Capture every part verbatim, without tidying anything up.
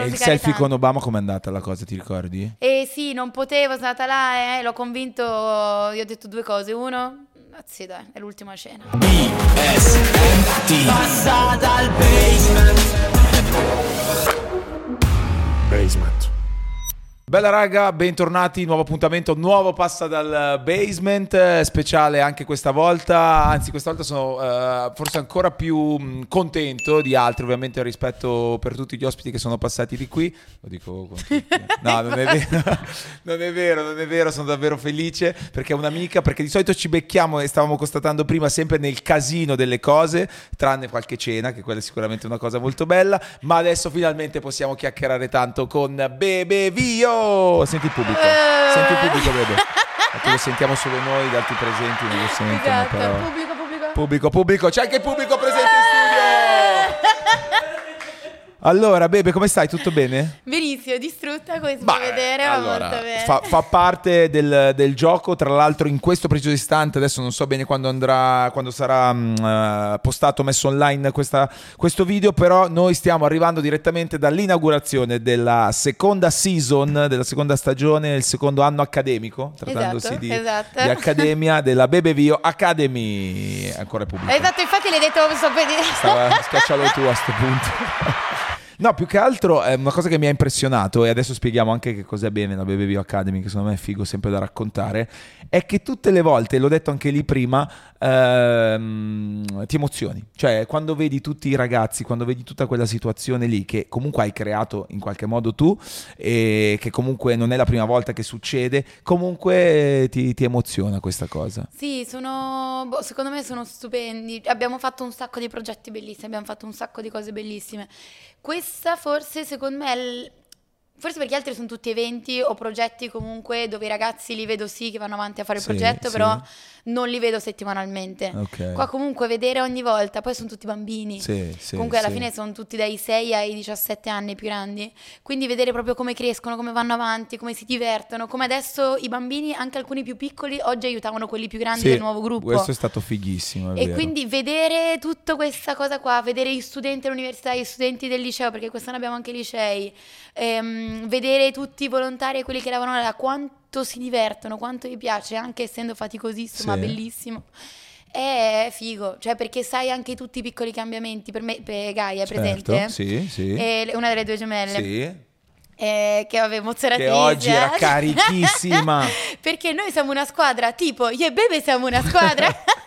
E il selfie con Obama com'è andata la cosa, ti ricordi? Eh sì, non potevo, sono andata là e l'ho convinto, gli ho detto due cose. Uno, sì dai, è l'ultima cena. B S M T Passa dal basement. Basement. Bella raga, bentornati, nuovo appuntamento, nuovo Passa dal Basement, speciale anche questa volta, anzi questa volta sono uh, forse ancora più mh, contento di altri ovviamente rispetto per tutti gli ospiti che sono passati di qui, lo dico con tutti, no non è vero, non è vero, non è vero, sono davvero felice perché è un'amica, perché di solito ci becchiamo e stavamo constatando prima sempre nel casino delle cose, tranne qualche cena, che quella è sicuramente una cosa molto bella, ma adesso finalmente possiamo chiacchierare tanto con Bebe Vio. Senti il pubblico, uh. senti il pubblico, Bebe. Perché lo sentiamo solo noi, gli altri presenti non lo sentono. Esatto, però. pubblico, pubblico. Pubblico, pubblico, c'è anche il pubblico presente in studio. Allora, Bebe, come stai? Tutto bene? Benissimo, distrutta come si bah, può vedere, allora, molto bene. Fa, fa parte del, del gioco, tra l'altro in questo preciso istante, adesso non so bene quando andrà, quando sarà uh, postato, messo online questa, questo video, però noi stiamo arrivando direttamente dall'inaugurazione della seconda season, della seconda stagione, il secondo anno accademico, trattandosi esatto, di, esatto. di accademia, della Bebe Vio Academy, ancora pubblico. Esatto, infatti l'hai detto, so per dire. Stava, schiaccialo tu a sto punto. No, più che altro è una cosa che mi ha impressionato, e adesso spieghiamo anche che cos'è bene la Bebe Vio Academy, che secondo me è figo sempre da raccontare, è che tutte le volte, l'ho detto anche lì prima, ehm, ti emozioni. Cioè, quando vedi tutti i ragazzi, quando vedi tutta quella situazione lì, che comunque hai creato in qualche modo tu, e che comunque non è la prima volta che succede, comunque ti, ti emoziona questa cosa. Sì, sono, boh, secondo me sono stupendi. Abbiamo fatto un sacco di progetti bellissimi, abbiamo fatto un sacco di cose bellissime. Questa forse secondo me è il... forse perché gli altri sono tutti eventi o progetti comunque dove i ragazzi li vedo sì che vanno avanti a fare il sì, progetto, sì. però non li vedo settimanalmente. Okay. Qua comunque vedere ogni volta, poi sono tutti bambini. Sì, sì, comunque alla sì. fine sono tutti dai sei ai diciassette anni più grandi, quindi vedere proprio come crescono, come vanno avanti, come si divertono, come adesso i bambini, anche alcuni più piccoli, oggi aiutavano quelli più grandi sì, del nuovo gruppo. Questo è stato fighissimo, è E vero. quindi vedere tutta questa cosa qua, vedere gli studenti dell'università, gli studenti del liceo, perché quest'anno abbiamo anche i licei, ehm, vedere tutti i volontari e quelli che lavorano là, quanto si divertono, quanto gli piace, anche essendo faticosissimo, sì. ma bellissimo. È figo, cioè perché sai anche tutti i piccoli cambiamenti. Per me, per Gaia è certo, presente? Sì, sì. E una delle due gemelle. Sì. Eh, che vabbè, emozionatissima. Che oggi era carichissima. Perché noi siamo una squadra, tipo io e Bebe siamo una squadra.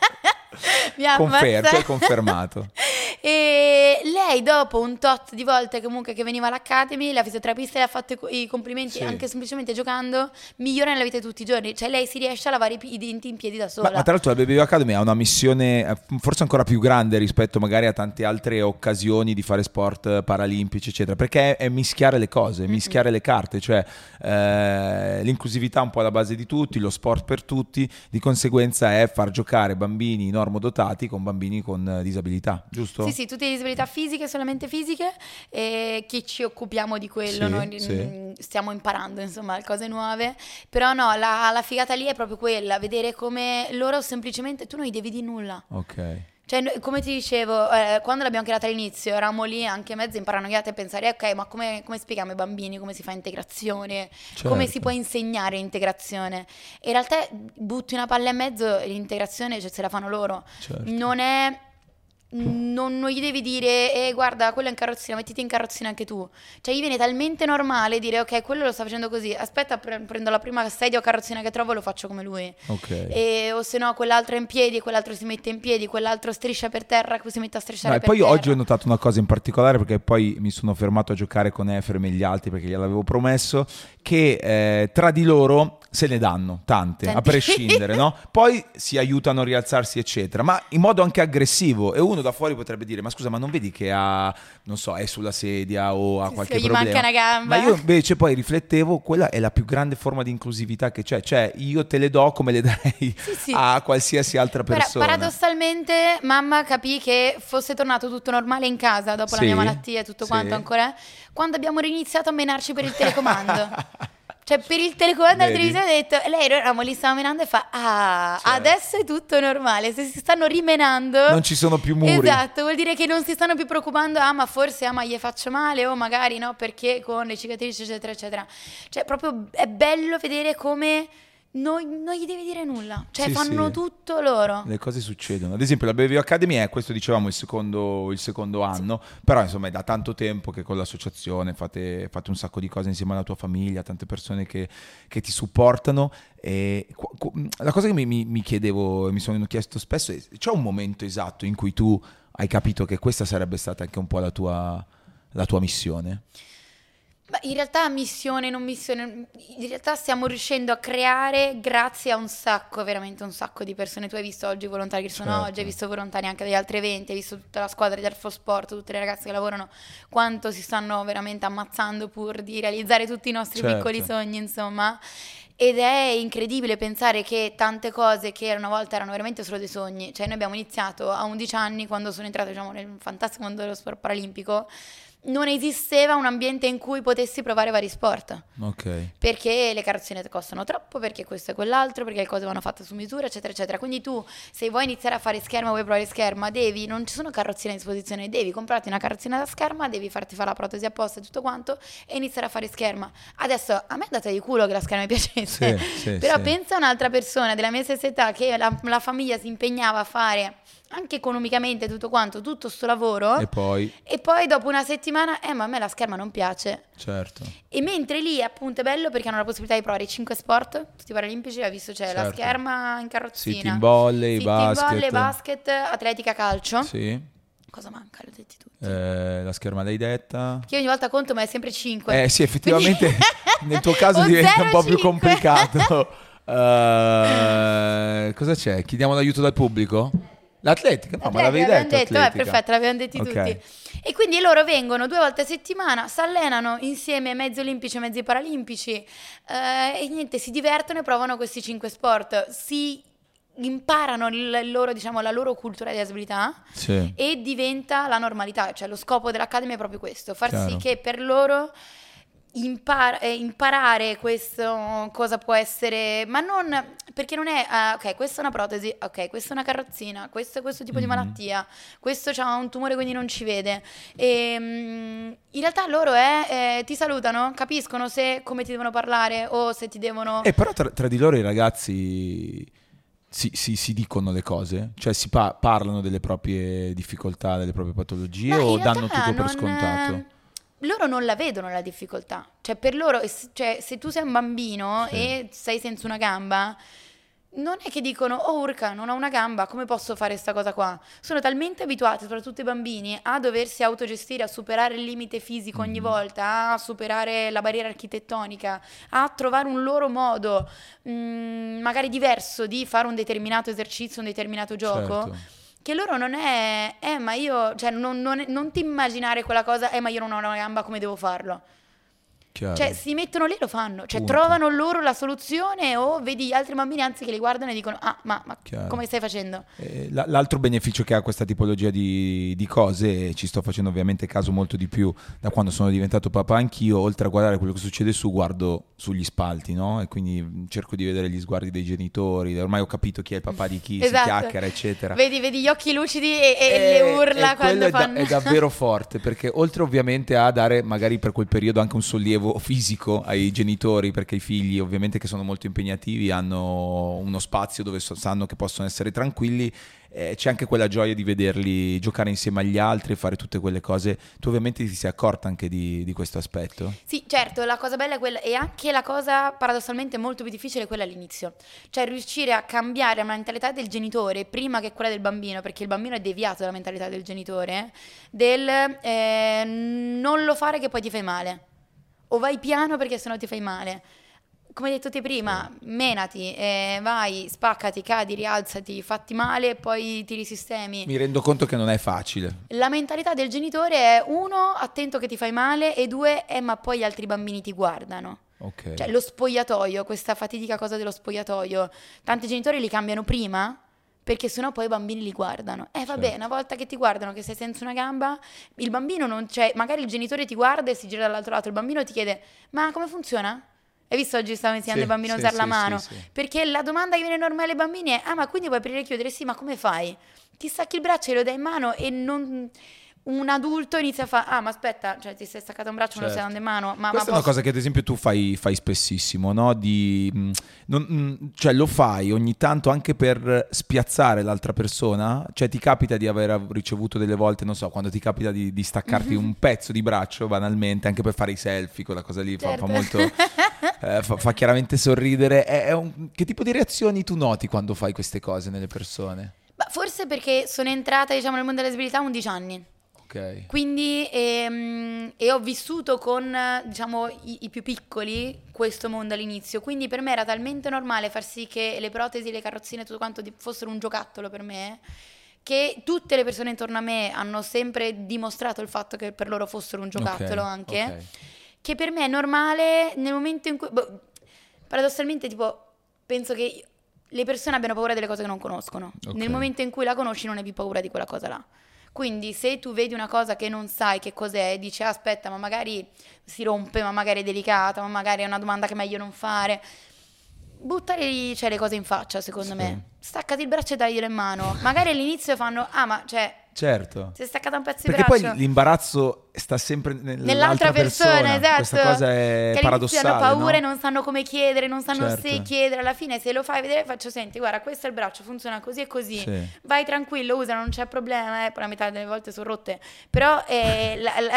Mi Confermo, hai confermato. E lei dopo un tot di volte comunque che veniva all'Academy, la fisioterapista le ha fatto i complimenti, sì. Anche semplicemente giocando migliora nella vita di tutti i giorni, cioè lei si riesce a lavare i denti in piedi da sola. Ma, ma tra l'altro la Bebe Vio Academy ha una missione forse ancora più grande rispetto magari a tante altre occasioni di fare sport paralimpici eccetera, perché è, è mischiare le cose, mischiare mm-hmm. le carte, cioè eh, l'inclusività un po' alla base di tutti, lo sport per tutti, di conseguenza è far giocare bambini normodotati con bambini con disabilità, giusto? Sì, sì, tutte le disabilità fisiche, solamente fisiche, e che ci occupiamo di quello, sì, noi sì. stiamo imparando insomma cose nuove, però no, la, la figata lì è proprio quella, vedere come loro semplicemente, tu non gli devi di nulla. Ok. Cioè, come ti dicevo, eh, quando l'abbiamo creata all'inizio eravamo lì anche mezzo imparanoiate a pensare ok, ma come, come spieghiamo ai bambini come si fa integrazione, certo. Come si può insegnare integrazione, e in realtà butti una palla e mezzo e l'integrazione cioè, se la fanno loro, certo. non è Non, non gli devi dire eh, guarda quello è in carrozzina, mettiti in carrozzina anche tu, cioè gli viene talmente normale dire ok quello lo sta facendo così, aspetta pre- prendo la prima sedia o carrozzina che trovo e lo faccio come lui, okay. E, o se no quell'altro è in piedi, quell'altro si mette in piedi, quell'altro striscia per terra, si mette a strisciare no, per poi terra. oggi ho notato una cosa in particolare, perché poi mi sono fermato a giocare con Efrem e gli altri perché gliel'avevo promesso, che eh, tra di loro se ne danno tante, Tanti. A prescindere, no? Poi si aiutano a rialzarsi eccetera, ma in modo anche aggressivo, e uno da fuori potrebbe dire ma scusa, ma non vedi che ha, non so, è sulla sedia o ha sì, qualche sì, problema, gli manca una gamba. ma io invece poi riflettevo, quella è la più grande forma di inclusività che c'è, cioè io te le do come le darei sì, sì. a qualsiasi altra persona. Para- paradossalmente mamma capì che fosse tornato tutto normale in casa dopo sì, la mia malattia e tutto sì. quanto ancora, quando abbiamo riniziato a menarci per il telecomando. Cioè, per il telecomando della Vedi? televisione ha detto, lei noi eravamo lì, stava menando e fa, ah, Certo. adesso è tutto normale, se si stanno rimenando... Non ci sono più muri. Esatto, vuol dire che non si stanno più preoccupando, ah, ma forse, ah, ma gli faccio male, o magari no, perché con le cicatrici, eccetera, eccetera. Cioè, proprio è bello vedere come... Non, non gli devi dire nulla, cioè Sì, fanno sì. tutto loro. Le cose succedono. Ad esempio la Bellevue Academy è, questo dicevamo, il secondo, il secondo anno, però insomma è da tanto tempo che con l'associazione fate, fate un sacco di cose insieme alla tua famiglia, tante persone che, che ti supportano. E qu- qu- la cosa che mi, mi, mi chiedevo e mi sono chiesto spesso è: c'è un momento esatto in cui tu hai capito che questa sarebbe stata anche un po' la tua, la tua missione? Ma in realtà missione, non missione, in realtà stiamo riuscendo a creare grazie a un sacco, veramente un sacco di persone. Tu hai visto oggi i volontari che sono Certo. oggi, hai visto volontari anche degli altri eventi, hai visto tutta la squadra di Alfo Sport, tutte le ragazze che lavorano, quanto si stanno veramente ammazzando pur di realizzare tutti i nostri Certo. piccoli sogni, insomma. Ed è incredibile pensare che tante cose che una volta erano veramente solo dei sogni, cioè noi abbiamo iniziato a undici anni, quando sono entrata, diciamo, nel fantastico mondo dello sport paralimpico, non esisteva un ambiente in cui potessi provare vari sport. Ok. Perché le carrozzine costano troppo, perché questo e quell'altro, perché le cose vanno fatte su misura, eccetera, eccetera. Quindi tu, se vuoi iniziare a fare scherma, vuoi provare scherma, devi, non ci sono carrozzine a disposizione, devi comprarti una carrozzina da scherma, devi farti fare la protesi apposta e tutto quanto, e iniziare a fare scherma. Adesso, a me è andata di culo che la scherma mi piacesse, Sì, sì, però sì. pensa a un'altra persona della mia stessa età che la, la famiglia si impegnava a fare anche economicamente tutto quanto, tutto sto lavoro, E poi, e poi dopo una settimana, eh ma a me la scherma non piace. certo. E mentre lì appunto è bello perché hanno la possibilità di provare i cinque sport, tutti i paralimpici, hai visto c'è la Certo. scherma in carrozzina, Sit in volley, sit in basket. volley, basket, atletica, calcio. Sì. Cosa manca? L'ho detti tutti. Eh, la scherma l'hai detta. Che io ogni volta conto ma è sempre cinque. Eh sì, effettivamente nel tuo caso O diventa zero un po' più cinque. complicato. Eh, cosa c'è? Chiediamo l'aiuto dal pubblico? L'atletica? No, ma l'avevi L'abbiamo detto, detto, eh, atletica. perfetto, l'abbiamo detti Ok. tutti. E quindi loro vengono due volte a settimana, si allenano insieme mezzi olimpici e mezzi paralimpici, eh, e niente, si divertono e provano questi cinque sport. Si imparano il il loro, diciamo, la loro cultura di disabilità Sì. e diventa la normalità. Cioè lo scopo dell'Academy è proprio questo, far Chiaro. sì che per loro impar- eh, imparare questo cosa può essere, ma non perché non è ah, ok, questa è una protesi, ok, questa è una carrozzina, questo è questo tipo di Mhm. malattia, questo ha un tumore quindi non ci vede. E, mm, in realtà loro è, eh, ti salutano, capiscono se come ti devono parlare o se ti devono... E però tra, tra di loro i ragazzi si, si- si dicono le cose? Cioè si pa- parlano delle proprie difficoltà, delle proprie patologie, Ma o in danno realtà tutto per non- scontato? Loro non la vedono la difficoltà. Cioè, per loro, es- cioè, se tu sei un bambino Sì. e sei senza una gamba, non è che dicono, oh urca, non ho una gamba, come posso fare sta cosa qua? Sono talmente abituati, soprattutto i bambini, a doversi autogestire, a superare il limite fisico ogni Mhm. volta, a superare la barriera architettonica, a trovare un loro modo, mh, magari diverso, di fare un determinato esercizio, un determinato gioco. Certo. Che loro non è, eh ma io, cioè non, non, non ti immaginare quella cosa, eh ma io non ho una gamba, come devo farlo? Chiaro. Cioè si mettono lì e lo fanno, cioè Punto. trovano loro la soluzione, o vedi gli altri bambini anzi che li guardano e dicono, ah ma, ma Chiaro. come stai facendo? Eh, l- L'altro beneficio che ha questa tipologia di, di cose, e ci sto facendo ovviamente caso molto di più da quando sono diventato papà anch'io, oltre a guardare quello che succede su, guardo sugli spalti, no? E quindi cerco di vedere gli sguardi dei genitori, ormai ho capito chi è il papà di chi, Esatto. si chiacchiera, eccetera. Vedi, vedi gli occhi lucidi e, e E- le urla e quello quando è, da- fanno... è davvero forte, perché oltre ovviamente a dare magari per quel periodo anche un sollievo fisico ai genitori, perché i figli ovviamente che sono molto impegnativi hanno uno spazio dove so- sanno che possono essere tranquilli, eh, c'è anche quella gioia di vederli giocare insieme agli altri e fare tutte quelle cose. Tu ovviamente ti sei accorta anche di, di questo aspetto? Sì, certo, la cosa bella è quella, e anche la cosa paradossalmente molto più difficile è quella all'inizio, cioè riuscire a cambiare la mentalità del genitore prima che quella del bambino, perché il bambino è deviato dalla mentalità del genitore, del eh, non lo fare che poi ti fai male, o vai piano perché sennò ti fai male. Come hai detto te prima, menati, eh, vai, spaccati, cadi, rialzati, fatti male e poi ti risistemi. Mi rendo conto che non è facile. La mentalità del genitore è uno, attento che ti fai male, e due, eh ma poi gli altri bambini ti guardano. Ok. Cioè lo spogliatoio, questa fatidica cosa dello spogliatoio, tanti genitori li cambiano prima perché sennò poi i bambini li guardano. Eh vabbè, Certo. una volta che ti guardano che sei senza una gamba, il bambino non c'è, magari il genitore ti guarda e si gira dall'altro lato, il bambino ti chiede, ma come funziona? Hai visto oggi stavo insegnando Sì, ai bambini a sì, usare la sì, mano? sì, sì. Perché la domanda che viene normale ai bambini è: ah, ma quindi puoi aprire e chiudere? Sì, ma come fai? Ti stacchi il braccio e lo dai in mano e non... Un adulto inizia a fare: ah, ma aspetta, cioè ti sei staccato un braccio, me lo stai Certo. dando in mano. Ma, Questa ma è una posso- cosa che ad esempio tu fai, fai spessissimo, no? Di, mh, non- mh, cioè lo fai ogni tanto anche per spiazzare l'altra persona? Cioè ti capita di aver ricevuto delle volte, non so, quando ti capita di, di staccarti un pezzo di braccio banalmente, anche per fare i selfie, quella cosa lì fa, Certo. fa molto... eh, fa, fa chiaramente sorridere. È, è un- che tipo di reazioni tu noti quando fai queste cose nelle persone? Ma forse perché sono entrata, diciamo, nel mondo della disabilità a undici anni. Ok. Quindi ehm, e ho vissuto con, diciamo, i, i più piccoli questo mondo all'inizio, quindi per me era talmente normale far sì che le protesi, le carrozzine e tutto quanto di- fossero un giocattolo per me, che tutte le persone intorno a me hanno sempre dimostrato il fatto che per loro fossero un giocattolo Ok, anche, ok. che per me è normale nel momento in cui, boh, paradossalmente, tipo, penso che le persone abbiano paura delle cose che non conoscono. Ok. Nel momento in cui la conosci non hai più paura di quella cosa là. Quindi se tu vedi una cosa che non sai che cos'è e dici: ah, aspetta, ma magari si rompe, ma magari è delicata, ma magari è una domanda che è meglio non fare, buttare, cioè, le cose in faccia, secondo Sì. me. Staccati il braccio e daglielo in mano. Magari all'inizio fanno: ah, ma cioè, Certo. si è staccato un pezzo Perché di braccio. poi l'imbarazzo sta sempre nell'altra, Nell'altra persona, esatto. Questa cosa è che all'inizio paradossale, hanno paura e no? non sanno come chiedere, non sanno Certo. se chiedere. Alla fine, se lo fai vedere, faccio: senti, guarda, questo è il braccio, funziona così e così. Sì. Vai tranquillo, usa, non c'è problema. Eh. Poi la metà delle volte sono rotte. Però eh, la, la,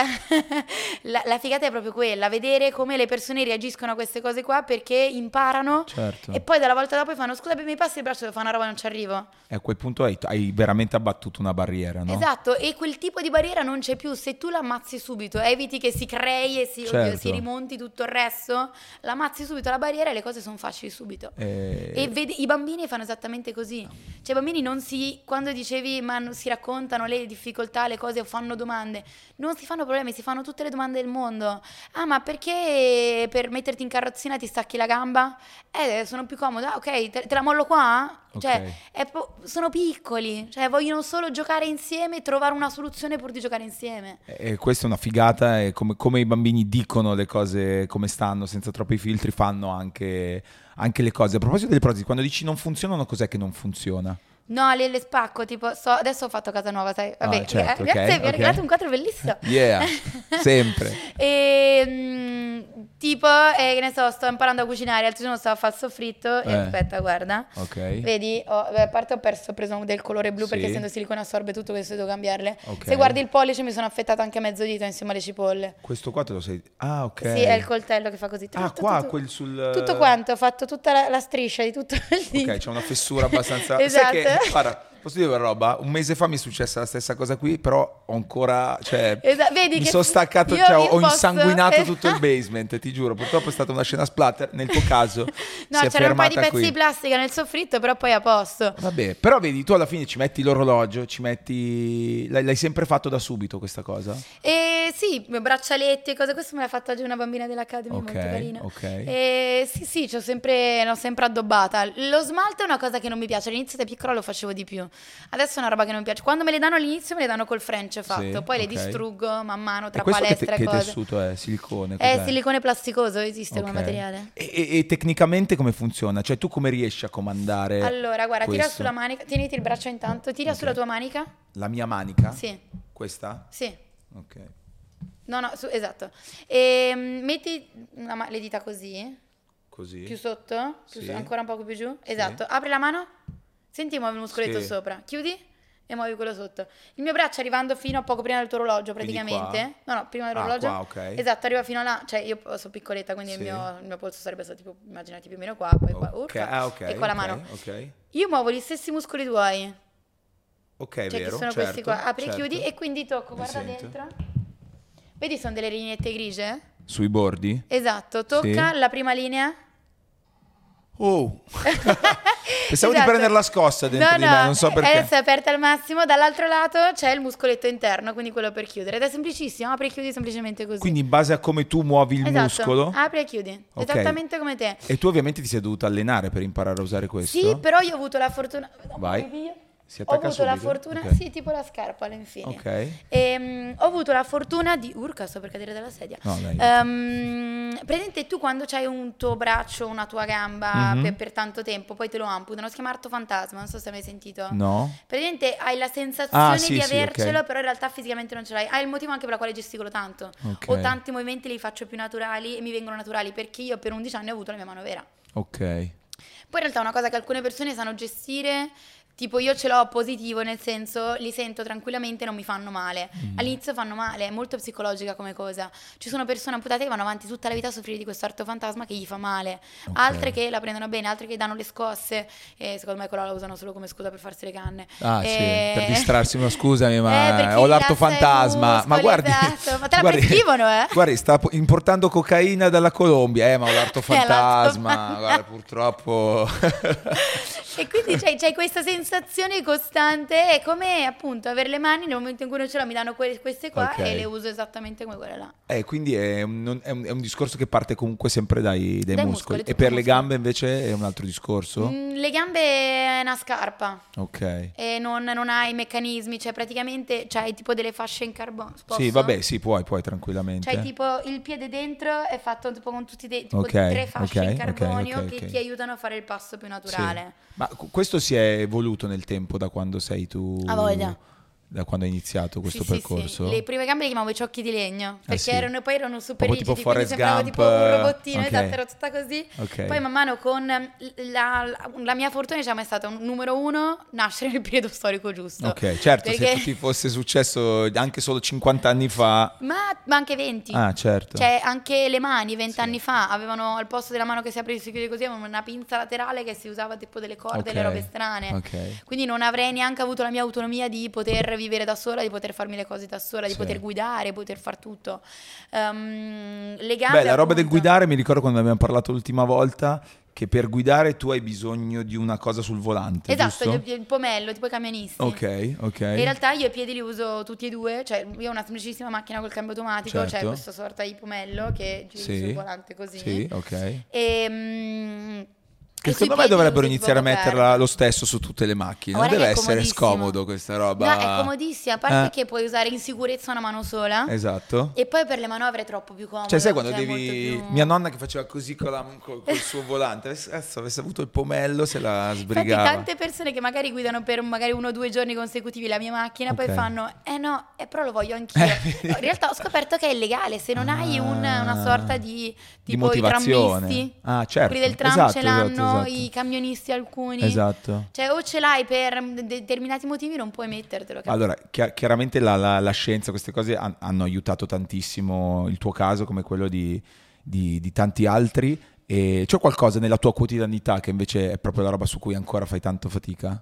la, la figata è proprio quella: vedere come le persone reagiscono a queste cose qua, perché imparano. Certo. E poi dalla volta dopo fanno: scusa, mi passi il braccio, devo fare una roba e non ci arrivo. E a quel punto hai, hai veramente abbattuto una barriera, no? Esatto, e quel tipo di barriera non c'è più. Se tu l'ammazzi subito, eviti che si crei e si, oddio, Certo. si rimonti tutto il resto, l'ammazzi subito la barriera e le cose sono facili subito. E... E vede- i bambini fanno esattamente così. Cioè i bambini non si, quando dicevi ma non si raccontano le difficoltà, le cose o fanno domande, non si fanno problemi, si fanno tutte le domande del mondo. Ah, ma perché per metterti in carrozzina ti stacchi la gamba? Eh, sono più comoda. Ah, ok, te, te la mollo qua? Cioè, Ok. è po- sono piccoli, cioè vogliono solo giocare insieme, trovare una soluzione pur di giocare insieme. E questa è una figata, e come, come i bambini dicono le cose come stanno, senza troppi filtri, fanno anche, anche le cose. A proposito delle protesi, quando dici non funzionano, cos'è che non funziona? No, le, le spacco, tipo, so- adesso ho fatto casa nuova, sai? Vabbè, Ah, certo, eh, grazie, ok, mi ha ok. regalato un quadro bellissimo. Yeah, sempre. E, mm, tipo, eh, che ne so, sto imparando a cucinare, l'altro giorno stavo a fare il soffritto e Eh. aspetta, guarda. Ok. Vedi, ho- beh, a parte ho perso, ho preso del colore blu Sì. perché essendo silicone assorbe tutto, questo devo cambiarle. Ok. Se guardi il pollice mi sono affettata anche a mezzo dito insieme alle cipolle. Questo qua te lo sei... Ah, ok. Sì, è il coltello che fa così. Ah, Tutto, qua, tutto. quel sul... Tutto quanto, ho fatto tutta la, la striscia di tutto il dito. Ok, c'è una fessura abbastanza... Esatto. Sai che, guarda, posso dire una roba? Un mese fa mi è successa la stessa cosa qui, però ho ancora... Cioè, Esa- vedi mi che sono staccato, io- cioè, io ho posso- insanguinato eh. tutto il basement, ti giuro. Purtroppo è stata una scena splatter, nel tuo caso No, si è c'erano un paio di fermata pezzi qui. di plastica nel soffritto, però poi a posto. Vabbè, però vedi, tu alla fine ci metti l'orologio, ci metti... L'hai, l'hai sempre fatto da subito questa cosa? E sì, braccialetti e cose, questo me l'ha fatto oggi una bambina dell'Academy, Ok, molto carina. ok. E sì, sì, c'ho sempre, l'ho sempre addobbata. Lo smalto è una cosa che non mi piace, all'inizio da piccola lo facevo di più. Adesso è una roba che non mi piace. Quando me le danno all'inizio me le danno col French fatto, Sì, poi le ok. distruggo man mano tra E questo che, palestra te- e che cose. tessuto è? Silicone? È cos'è? silicone plasticoso, esiste come Ok. materiale. E, e- e tecnicamente come funziona? Cioè tu come riesci a comandare Allora, guarda, tira questo? sulla manica, tieniti il braccio intanto, tira Ok. sulla tua manica. La mia manica? Sì, Questa? sì. Ok. No, no, su- esatto. E mm, metti una ma- le dita così, Così? più sotto, più Sì. su- ancora un poco più giù. Esatto. Apri la mano, senti, muovi il muscoletto Sì. sopra. Chiudi e muovi quello sotto. Il mio braccio arrivando fino a poco prima del tuo orologio, Quindi praticamente. No, no, prima Ah, dell'orologio. qua, ok. Esatto, arriva fino là. Cioè, io sono piccoletta, quindi Sì. il, mio, il mio polso sarebbe stato tipo, immaginati più o meno qua, poi qua, Ok, urca, ah, ok, e qua la ok, mano. ok. Io muovo gli stessi muscoli tuoi. Ok, Cioè, vero, che sono certo, questi qua. Apri certo. e chiudi e quindi tocco, Mi guarda sento. dentro. Vedi, sono delle lineette grigie? Sui bordi? Esatto, tocca Sì. la prima linea. Oh! Pensavo di Esatto. prendere la scossa dentro no, di no, me, non so perché. Adesso è aperta al massimo, dall'altro lato c'è il muscoletto interno, quindi quello per chiudere. Ed è semplicissimo, apri e chiudi semplicemente così. Quindi in base a come tu muovi il esatto, muscolo... apri e chiudi, Ok. esattamente come te. E tu ovviamente ti sei dovuta allenare per imparare a usare questo? Sì, però io ho avuto la fortuna... Vai. Mi piglio? Si Ho attacca avuto la subito? fortuna, Ok. sì, tipo la scarpa all'infine. Ok. Ehm, ho avuto la fortuna di... Urca, sto per cadere dalla sedia. No, dai. Ehm, Praticamente tu quando c'hai un tuo braccio, una tua gamba Mhm. per, per tanto tempo, poi te lo amputano, si chiama arto fantasma, non so se hai mai sentito. No? Praticamente hai la sensazione Ah, sì, di sì, avercelo, ok. però in realtà fisicamente non ce l'hai. Hai il motivo anche per la quale gesticolo tanto. Ok. O tanti movimenti li faccio più naturali e mi vengono naturali perché io per undici anni ho avuto la mia mano vera. Ok. Poi in realtà è una cosa che alcune persone sanno gestire, tipo io ce l'ho positivo, nel senso li sento tranquillamente e non mi fanno male. Mm. All'inizio fanno male, è molto psicologica come cosa. Ci sono persone amputate che vanno avanti tutta la vita a soffrire di questo arto fantasma che gli fa male, Ok. altre che la prendono bene, altre che danno le scosse e secondo me quella la usano solo come scusa per farsi le canne. Ah, sì, E- per distrarsi, ma scusami, Eh, ma perché ho gli l'arto rilassa i fantasma. Ma muscoli, guardi, esatto. Ma te la guardi- prescrivono, eh? Guardi, sta po- importando cocaina dalla Colombia, eh, ma ho l'arto Eh, l'arto fantasma. fantasma. Guarda, purtroppo. E quindi c'hai, c'hai questa sensazione costante, è come appunto avere le mani nel momento in cui non ce l'ho, mi danno que- queste qua Ok. e le uso esattamente come quelle là. Eh, quindi è un, non- è un- è un discorso che parte comunque sempre dai, dai Dai muscoli. muscoli, E tutto per le muscolo. gambe invece è un altro discorso? Mm, le gambe è una scarpa Ok. e non, non hai meccanismi, cioè praticamente c'hai tipo delle fasce in carbonio. Sì, vabbè, sì, puoi, puoi tranquillamente. C'hai tipo il piede dentro è fatto tipo con tutti dei, tipo Ok, tre fasce ok, in ok, carbonio ok, che ok. ti aiutano a fare il passo più Sì. naturale. Ma cu- questo si è evoluto nel tempo da quando sei tu? Ha voglia. Da quando hai iniziato questo Sì, sì, percorso? sì. Le prime gambe le chiamavo i ciocchi di legno perché sì. erano, poi erano super Proprio tipo rigidi, quindi Forrest sembravo Gump, tipo un robottino, ok. esatto, ero tutta così. Ok. Poi man mano con la, la- la mia fortuna diciamo è stata un numero uno, nascere nel periodo storico giusto. Ok, certo, se Perché- ti fosse successo anche solo cinquanta anni fa... Ma, ma anche venti. Ah, certo. Cioè anche le mani vent'anni Sì. fa avevano al posto della mano che si apre e si chiude così avevano una pinza laterale che si usava tipo delle corde, Ok. le robe strane. Ok. Quindi non avrei neanche avuto la mia autonomia di poter vivere da sola, di poter farmi le cose da sola, di Sì. poter guidare, poter far tutto. Ehm, le gambe Beh, la roba del appunto. guidare mi ricordo quando abbiamo parlato l'ultima volta che per guidare tu hai bisogno di una cosa sul volante, Esatto, giusto? il, il pomello, tipo i camionisti. Ok, ok. In realtà io i piedi li uso tutti e due, cioè io ho una semplicissima macchina col cambio automatico, Certo. c'è questa sorta di pomello che giri Sì. sul volante così. Sì, ok. E, mm, Che e sui secondo me piedi dovrebbero usi iniziare a tipo metterla coperta. lo stesso su tutte le macchine. Non Guarda deve che è essere comodissimo. scomodo questa roba. No, è comodissima, a parte Eh. che puoi usare in sicurezza una mano sola. Esatto. E poi per le manovre è troppo più comodo. Cioè, sai quando cioè, devi. molto più- Mia nonna che faceva così con la- col, col suo volante. Avesse, adesso avesse avuto il pomello, se la Infatti sbrigava. tante persone che magari guidano per magari uno o due giorni consecutivi la mia macchina, Ok. poi fanno, eh no, eh, però lo voglio anch'io. Eh, In realtà ho scoperto che è illegale, se non hai un- Ah. una sorta di Di tipo i motivazione. trammisti. Ah, certo. Quelli del tram Esatto, ce esatto, l'hanno, esatto. i camionisti alcuni. Esatto. Cioè o ce l'hai per de- determinati motivi non puoi mettertelo. capito? Allora, chi- chiaramente la, la- la scienza, queste cose han- hanno aiutato tantissimo il tuo caso, come quello di, di- di tanti altri. E c'è qualcosa nella tua quotidianità che invece è proprio la roba su cui ancora fai tanto fatica?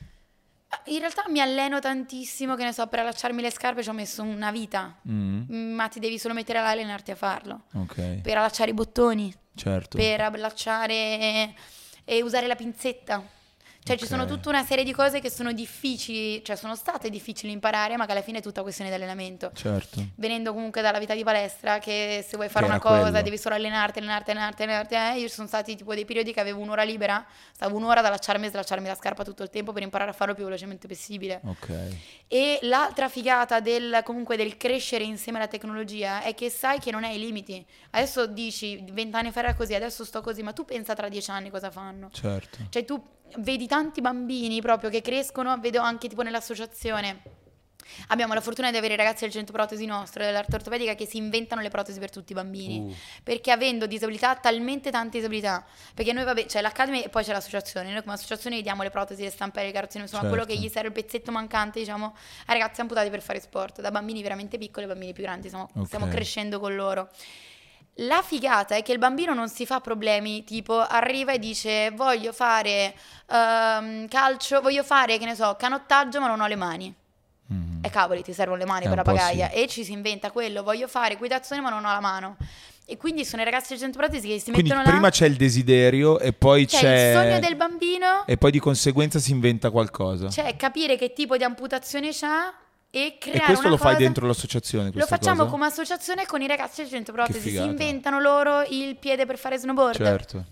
In realtà mi alleno tantissimo, che ne so, per allacciarmi le scarpe ci ho messo una vita. Mm, Mm, Ma ti devi solo mettere là e allenarti a farlo. ok, Per allacciare i bottoni, certo. per allacciare e usare la pinzetta. Cioè ci Ok. sono tutta una serie di cose che sono difficili, cioè sono state difficili imparare, ma che alla fine è tutta questione di allenamento. Certo. Venendo comunque dalla vita di palestra, che se vuoi fare Che una era cosa quello. devi solo allenarti, allenarti, allenarti, allenarti. Eh, io ci sono stati tipo dei periodi che avevo un'ora libera, stavo un'ora ad allacciarmi e slacciarmi la scarpa tutto il tempo per imparare a farlo il più velocemente possibile. Ok. E l'altra figata del, comunque del crescere insieme alla tecnologia è che sai che non hai limiti. Adesso dici vent'anni fa era così, adesso sto così, ma tu pensa tra dieci anni cosa fanno. Certo. Cioè tu vedi tanti bambini proprio che crescono, vedo anche tipo nell'associazione. Abbiamo la fortuna di avere i ragazzi del centro protesi nostro, dell'arte ortopedica, che si inventano le protesi per tutti i bambini. Uh. Perché avendo disabilità, talmente tante disabilità, perché noi vabbè, c'è l'Academy e poi c'è l'associazione, noi come associazione gli diamo le protesi, le stampelle, le carrozzine, insomma Certo. quello che gli serve, il pezzetto mancante, diciamo, ai ragazzi amputati per fare sport, da bambini veramente piccoli a bambini più grandi, stiamo, Ok. stiamo crescendo con loro. La figata è che il bambino non si fa problemi, tipo arriva e dice voglio fare ehm, calcio, voglio fare, che ne so, canottaggio ma non ho le mani. Mm. E cavoli, ti servono le mani Eh, per la un po' pagaia. sì. E ci si inventa quello, voglio fare guidazione ma non ho la mano. E quindi sono i ragazzi del centro protesi che si Quindi mettono prima là. c'è il desiderio e poi C'è c'è... il sogno del bambino, E poi di conseguenza si inventa qualcosa. cioè capire che tipo di amputazione c'ha e creare E questo una lo fai cosa- dentro l'associazione? Lo questa facciamo cosa? come associazione con i ragazzi del centro protesi, si figata. inventano loro il piede per fare snowboard. Certo.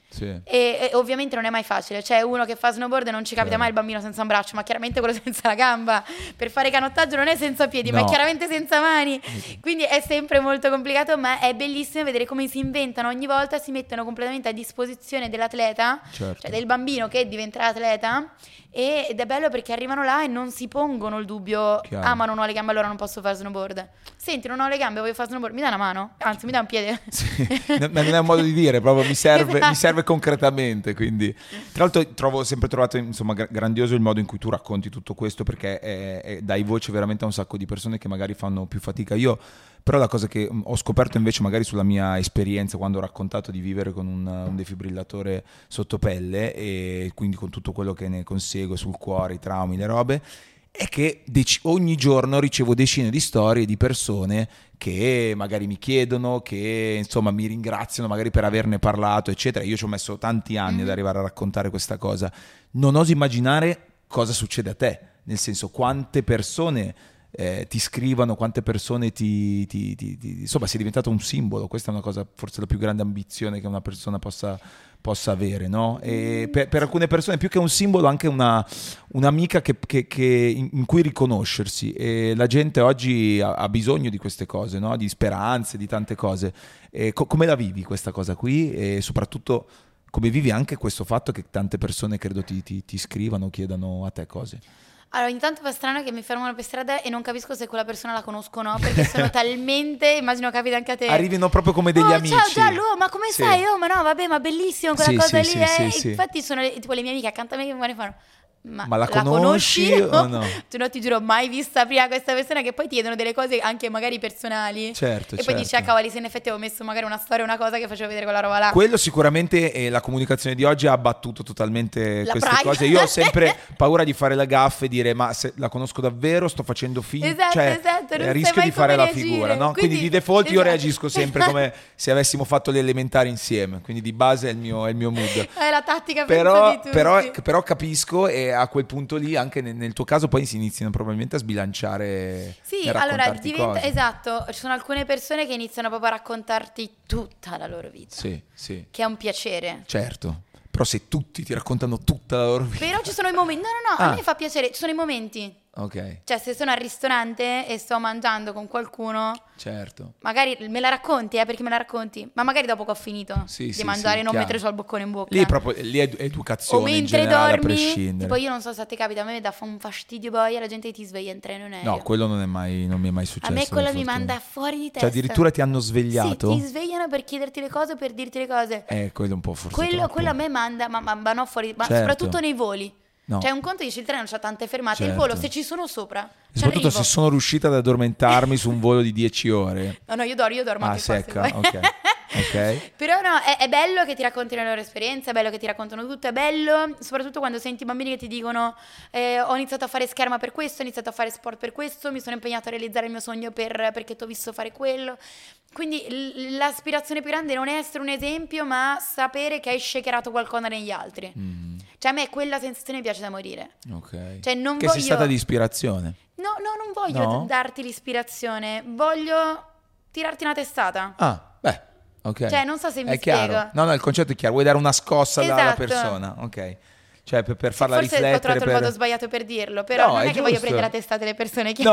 Sì. E, e ovviamente non è mai facile. C'è uno che fa snowboard e non ci capita Certo. mai il bambino senza un braccio, ma chiaramente quello senza la gamba. Per fare canottaggio non è senza piedi, ma No. è chiaramente senza mani. Quindi è sempre molto complicato, ma è bellissimo vedere come si inventano ogni volta, si mettono completamente a disposizione dell'atleta, Certo. cioè del bambino che diventerà atleta. E- ed è bello perché arrivano là e non si pongono il dubbio: Chiaro. ah, ma non ho le gambe, allora non posso fare snowboard. Senti, non ho le gambe, voglio fare snowboard, mi dai una mano? Anzi, mi dai un piede? Sì, ma non è un modo di dire, proprio mi serve, Esatto. mi serve concretamente. Quindi, tra l'altro, trovo sempre trovato insomma gra- grandioso il modo in cui tu racconti tutto questo, perché è- è- dai voce veramente a un sacco di persone che magari fanno più fatica. Io, però, la cosa che mh, ho scoperto invece, magari sulla mia esperienza, quando ho raccontato di vivere con un, un defibrillatore sotto pelle e quindi con tutto quello che ne consegue sul cuore, i traumi, le robe, è che dec- ogni giorno ricevo decine di storie di persone che magari mi chiedono, che insomma mi ringraziano magari per averne parlato, eccetera. Io ci ho messo tanti anni Mm-hmm. ad arrivare a raccontare questa cosa. Non oso immaginare cosa succede a te, nel senso quante persone eh, ti scrivano, quante persone ti, ti, ti, ti... Insomma, sei diventato un simbolo. Questa è una cosa, forse la più grande ambizione che una persona possa, possa avere, no? E per, per alcune persone più che un simbolo anche una, un'amica che, che, che in, in cui riconoscersi, e la gente oggi ha, ha bisogno di queste cose, no? Di speranze, di tante cose. E co- come la vivi questa cosa qui, e soprattutto come vivi anche questo fatto che tante persone credo ti, ti, ti scrivano, chiedano a te cose? Allora, ogni tanto fa strano che mi fermano per strada e non capisco se quella persona la conosco o no, perché sono talmente, immagino capita anche a te. Arrivino proprio come degli oh, amici. Ciao Giallo, oh, ma come Sì. stai? Oh, ma no, vabbè, ma bellissimo quella Sì, cosa sì, lì. sì, eh. sì, sì. Infatti sono le, tipo le mie amiche accanto a me che mi fanno: Ma, Ma la conosci o no? Tu no, ti giuro, mai vista prima questa persona, che poi ti chiedono delle cose anche magari personali. Certo, E poi certo. dici: ah, cavoli, se in effetti avevo messo magari una storia, una cosa che facevo vedere quella roba là. Quello sicuramente, eh, la comunicazione di oggi ha abbattuto totalmente La queste pride. cose. Io ho sempre paura di fare la gaffa e dire: ma se la conosco davvero, sto facendo finta, Esatto, cioè, esatto, non eh, sai rischio mai di fare come la reagire. figura, no? Quindi, Quindi, di default io esatto. reagisco sempre come se avessimo fatto le elementari insieme, quindi di base è il mio, è il mio mood. È la tattica penso di Però, tutti. però, però capisco, e a quel punto lì, anche nel, nel tuo caso, poi si iniziano probabilmente a sbilanciare. Sì, nel allora raccontarti diventa cose. esatto, ci sono alcune persone che iniziano proprio a raccontarti tutta la loro vita, Sì, sì, che è un piacere. certo. Però se tutti ti raccontano tutta la loro vita. Però ci sono i momenti, no, no, no, Ah. a me fa piacere, ci sono i momenti. Ok, Cioè, se sono al ristorante e sto mangiando con qualcuno, certo. magari me la racconti, eh, perché me la racconti, ma magari dopo che ho finito Sì, di sì, mangiare sì, non chiaro. mettere solo il boccone in bocca. Lì, proprio, lì è ed- O educazione in mentre generale, a dormi, prescindere. tipo io non so se a te capita, a me dà fa un fastidio poi alla gente che ti sveglia in treno in aereo. No, quello non, è mai, non mi è mai successo. A me quello per mi fortuna. manda fuori di testa. Cioè addirittura ti hanno svegliato? Sì, ti svegliano per chiederti le cose o per dirti le cose. Eh, quello un po' forse Quello, troppo. quello a me manda, ma, ma, ma no fuori, ma Certo. soprattutto nei voli. No. Cioè un conto dici il treno c'ha tante fermate, il Certo. volo se ci sono sopra, E ci soprattutto arrivo. se sono riuscita ad addormentarmi su un volo di dieci ore. No, no, io dormo, io dormo Ah, anche qua, se secca, vuoi. ok. Ok. Però no, è, è bello che ti raccontino le loro esperienze, è bello che ti raccontano tutto, è bello soprattutto quando senti bambini che ti dicono eh, ho iniziato a fare scherma per questo, ho iniziato a fare sport per questo, mi sono impegnato a realizzare il mio sogno per, perché ti ho visto fare quello. Quindi l- l'aspirazione più grande non è essere un esempio, ma sapere che hai shakerato qualcosa negli altri. Mm, Cioè a me quella sensazione mi piace da morire. ok. Cioè, non che voglio- sei stata di ispirazione. No, no, non voglio No? d- darti l'ispirazione, voglio tirarti una testata. Ah, beh, ok. Cioè, non so se mi è chiaro. spiego. No, no, il concetto è chiaro. Vuoi dare una scossa alla- alla Esatto. persona, ok. Cioè per, per Sì, farla forse ho riflettere. trovato il per- modo sbagliato per dirlo, però No, non è, è che voglio giusto. prendere a testate le persone che... No,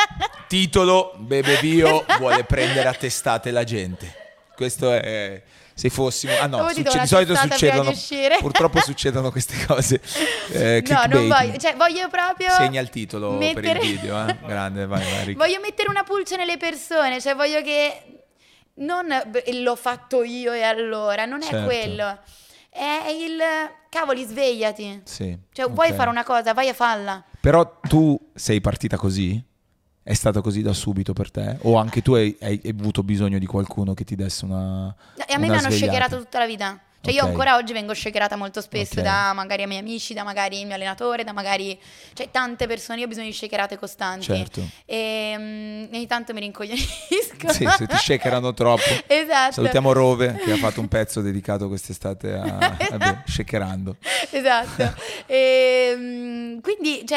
titolo Bebe Bio vuole prendere a testate la gente. Questo è se fossimo ah no, Avevo succe- dato una di solito testata prima succedono di uscire. purtroppo succedono queste cose. Eh, No, non clickbaiting. voglio, cioè voglio proprio Segna il titolo mettere- per il video, eh? Grande, vai, vai. Rick. Voglio mettere una pulce nelle persone, cioè voglio che non beh, l'ho fatto io e allora, non è Certo. quello. È il cavoli, svegliati. Sì. Cioè, vuoi ok. fare una cosa, vai a farla. Però tu sei partita così? È stato così da subito per te? O anche tu hai, hai avuto bisogno di qualcuno che ti desse una E a me una mi hanno svegliata? shakerato tutta la vita. Cioè io Ok. ancora oggi vengo shakerata molto spesso Ok. da magari i miei amici, da magari il mio allenatore, da magari... Cioè tante persone, io ho bisogno di shakerate costanti. Certo. E mm, ogni tanto mi rincoglionisco. Sì, se ti shakerano troppo. Esatto. Salutiamo Rove che ha fatto un pezzo dedicato quest'estate a vabbè, shakerando. Esatto. E, mm, quindi, cioè,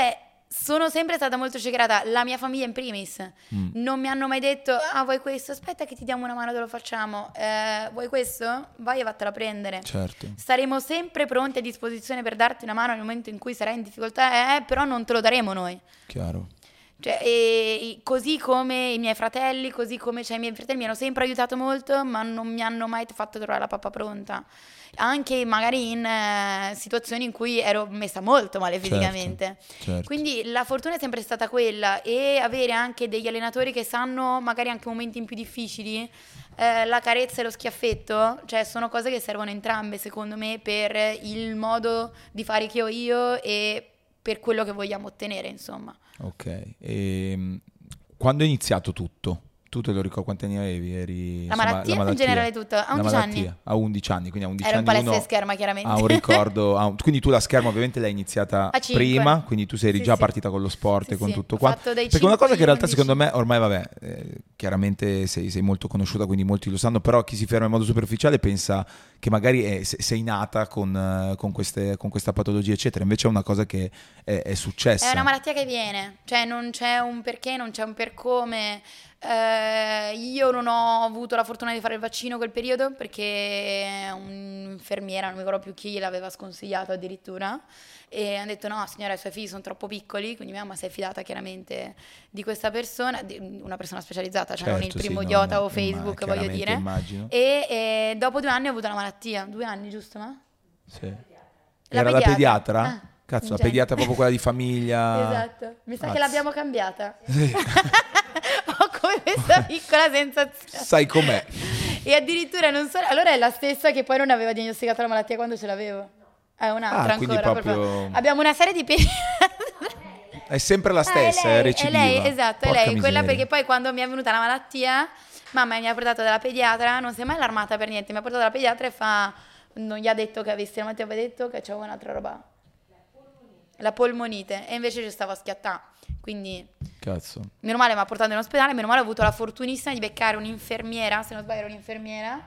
sono sempre stata molto shakerata, la mia famiglia in primis. Mm. Non mi hanno mai detto, ah vuoi questo? Aspetta che ti diamo una mano, te lo facciamo. Eh, vuoi questo? Vai e vattela a prendere. Certo. Saremo sempre pronti a disposizione per darti una mano nel momento in cui sarai in difficoltà, eh, però non te lo daremo noi. Chiaro. Cioè, e, così come i miei fratelli, così come cioè, i miei fratelli mi hanno sempre aiutato molto, ma non mi hanno mai fatto trovare la pappa pronta. Anche magari in eh, situazioni in cui ero messa molto male fisicamente. Certo, certo. Quindi la fortuna è sempre stata quella, e avere anche degli allenatori che sanno magari anche momenti in più difficili, eh, la carezza e lo schiaffetto, cioè sono cose che servono entrambe secondo me per il modo di fare che ho io e per quello che vogliamo ottenere, insomma. Ok, e quando è iniziato tutto? Tu te lo ricordi quanti anni avevi? Eri, la, insomma, malattia, la malattia in generale tutta, a undici anni. A undici anni, quindi a undici Era un anni palestra uno di scherma, chiaramente. ha un ricordo, ha un, quindi tu la scherma ovviamente l'hai iniziata prima, quindi tu sei sì, già sì. partita con lo sport sì, e con sì. tutto Ho quanto. fatto dai Perché una cosa che in realtà undici secondo me, ormai vabbè, eh, chiaramente sei, sei molto conosciuta, quindi molti lo sanno, però chi si ferma in modo superficiale pensa che magari è, sei nata con, con, queste, con questa patologia, eccetera. Invece è una cosa che è, è successa. È una malattia che viene, cioè non c'è un perché, non c'è un per come. Eh, io non ho avuto la fortuna di fare il vaccino quel periodo perché un'infermiera, non mi ricordo più chi, l'aveva sconsigliato addirittura, e hanno detto no signora, i suoi figli sono troppo piccoli, quindi mia mamma si è fidata chiaramente di questa persona, di una persona specializzata, cioè certo, non il primo sì, idiota no, o Facebook, ma, voglio dire. Immagino. E, e dopo due anni ho avuto la malattia, due anni giusto ma? Sì. La Era pediatra. la pediatra? Ah. Cazzo, la pediatra proprio quella di famiglia. Esatto, mi sa Cazzo. che l'abbiamo cambiata. Sì. Ho come questa piccola sensazione. Sai com'è? E addirittura non so, allora è la stessa che poi non aveva diagnosticato la malattia quando ce l'avevo. È un'altra ah, quindi ancora. proprio... Abbiamo una serie di pediatri. È sempre la stessa, ah, è, lei, è recidiva. È lei, esatto, Porca è lei. Quella miseria. perché poi quando mi è venuta la malattia, mamma mi ha portato dalla pediatra, non si è mai allarmata per niente, mi ha portato dalla pediatra e fa, non gli ha detto che avessi la malattia, aveva detto che c'avevo un'altra roba. La polmonite, e invece ci stavo a schiattare, quindi cazzo. Meno male mi ha portato in ospedale, meno male ho avuto la fortunissima di beccare un'infermiera, se non sbaglio era un'infermiera,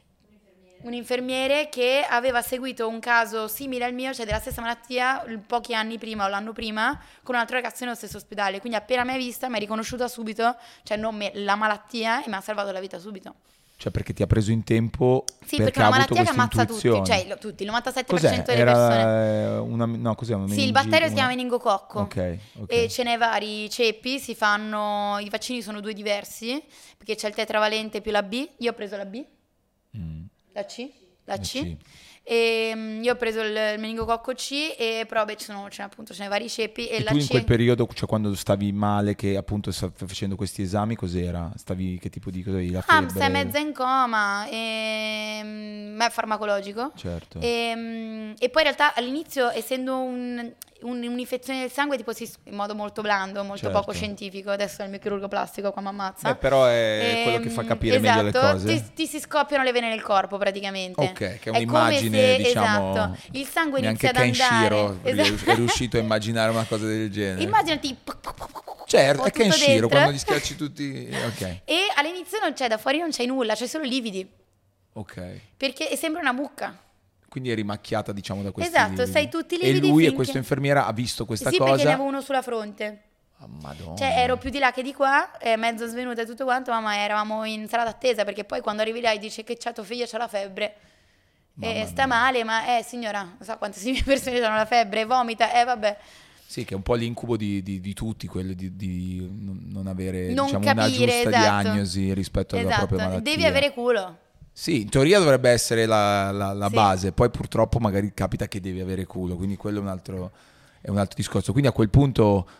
un infermiere che aveva seguito un caso simile al mio, cioè della stessa malattia, pochi anni prima o l'anno prima, con un altro ragazzo nello stesso ospedale, quindi appena mi ha vista mi ha riconosciuta subito, cioè non me, la malattia, e mi ha salvato la vita subito. Cioè perché ti ha preso in tempo. Sì, perché, perché è una ha avuto malattia che ammazza intuizione. tutti, cioè lo, tutti, il novantasette per Cos'è? cento delle Era persone. Una, no, cos'è? Una Sì, il batterio si chiama meningococco. Ok, ok. E ce n'è vari ceppi, si fanno, i vaccini sono due diversi, perché c'è il tetravalente più la B, io ho preso la B, Mm. la C, la La C, C. e mm, io ho preso il, il meningococco C, e però beh, ci sono, ce n'è appunto, ce n'è vari ceppi, e, E la tu in C... quel periodo, cioè quando stavi male, che appunto stavi facendo questi esami, cos'era? Stavi, che tipo di cosa avevi? La Ah, febbre? sei mezza in coma, e, mm, è farmacologico. Certo. E, mm, e poi in realtà all'inizio, essendo un, un- un'infezione del sangue, tipo si, in modo molto blando, molto Certo. poco scientifico, adesso è il mio chirurgo plastico qua mi ammazza. Eh, però è Ehm, quello che fa capire meglio le esatto, cose. Ti, ti si scoppiano le vene nel corpo praticamente. Ok, che è come un'immagine, se- diciamo, esatto, il sangue neanche inizia ad andare. Kenshiro è Esatto. riuscito a immaginare una cosa del genere. Immaginati. Certo, ho è tutto Kenshiro, dentro. quando gli schiacci tutti. Ok, E all'inizio non c'è, da fuori non c'è nulla, c'è solo lividi, ok. perché sembra una mucca. Quindi eri macchiata, diciamo, da questi Esatto, lividi. sei tutti E lividi lui e finché- questa infermiera ha visto questa Sì, cosa. perché ne avevo uno sulla fronte. Ah, Madonna. Cioè ero più di là che di qua, eh, mezzo svenuta e tutto quanto, ma eravamo in sala d'attesa, perché poi quando arrivi là e dice che c'ha tuo figlio, c'ha la febbre, Mamma e sta mia. male, ma eh signora, non so quante persone hanno la febbre, vomita, eh vabbè. Sì, che è un po' l'incubo di, di- di tutti, quello di, di non non avere Non diciamo, una capire, giusta esatto. diagnosi rispetto alla propria Esatto, malattia. devi avere culo. Sì, in teoria dovrebbe essere la, la- la Sì. base, poi purtroppo magari capita che devi avere culo, quindi quello è un altro, è un altro discorso. Quindi a quel punto,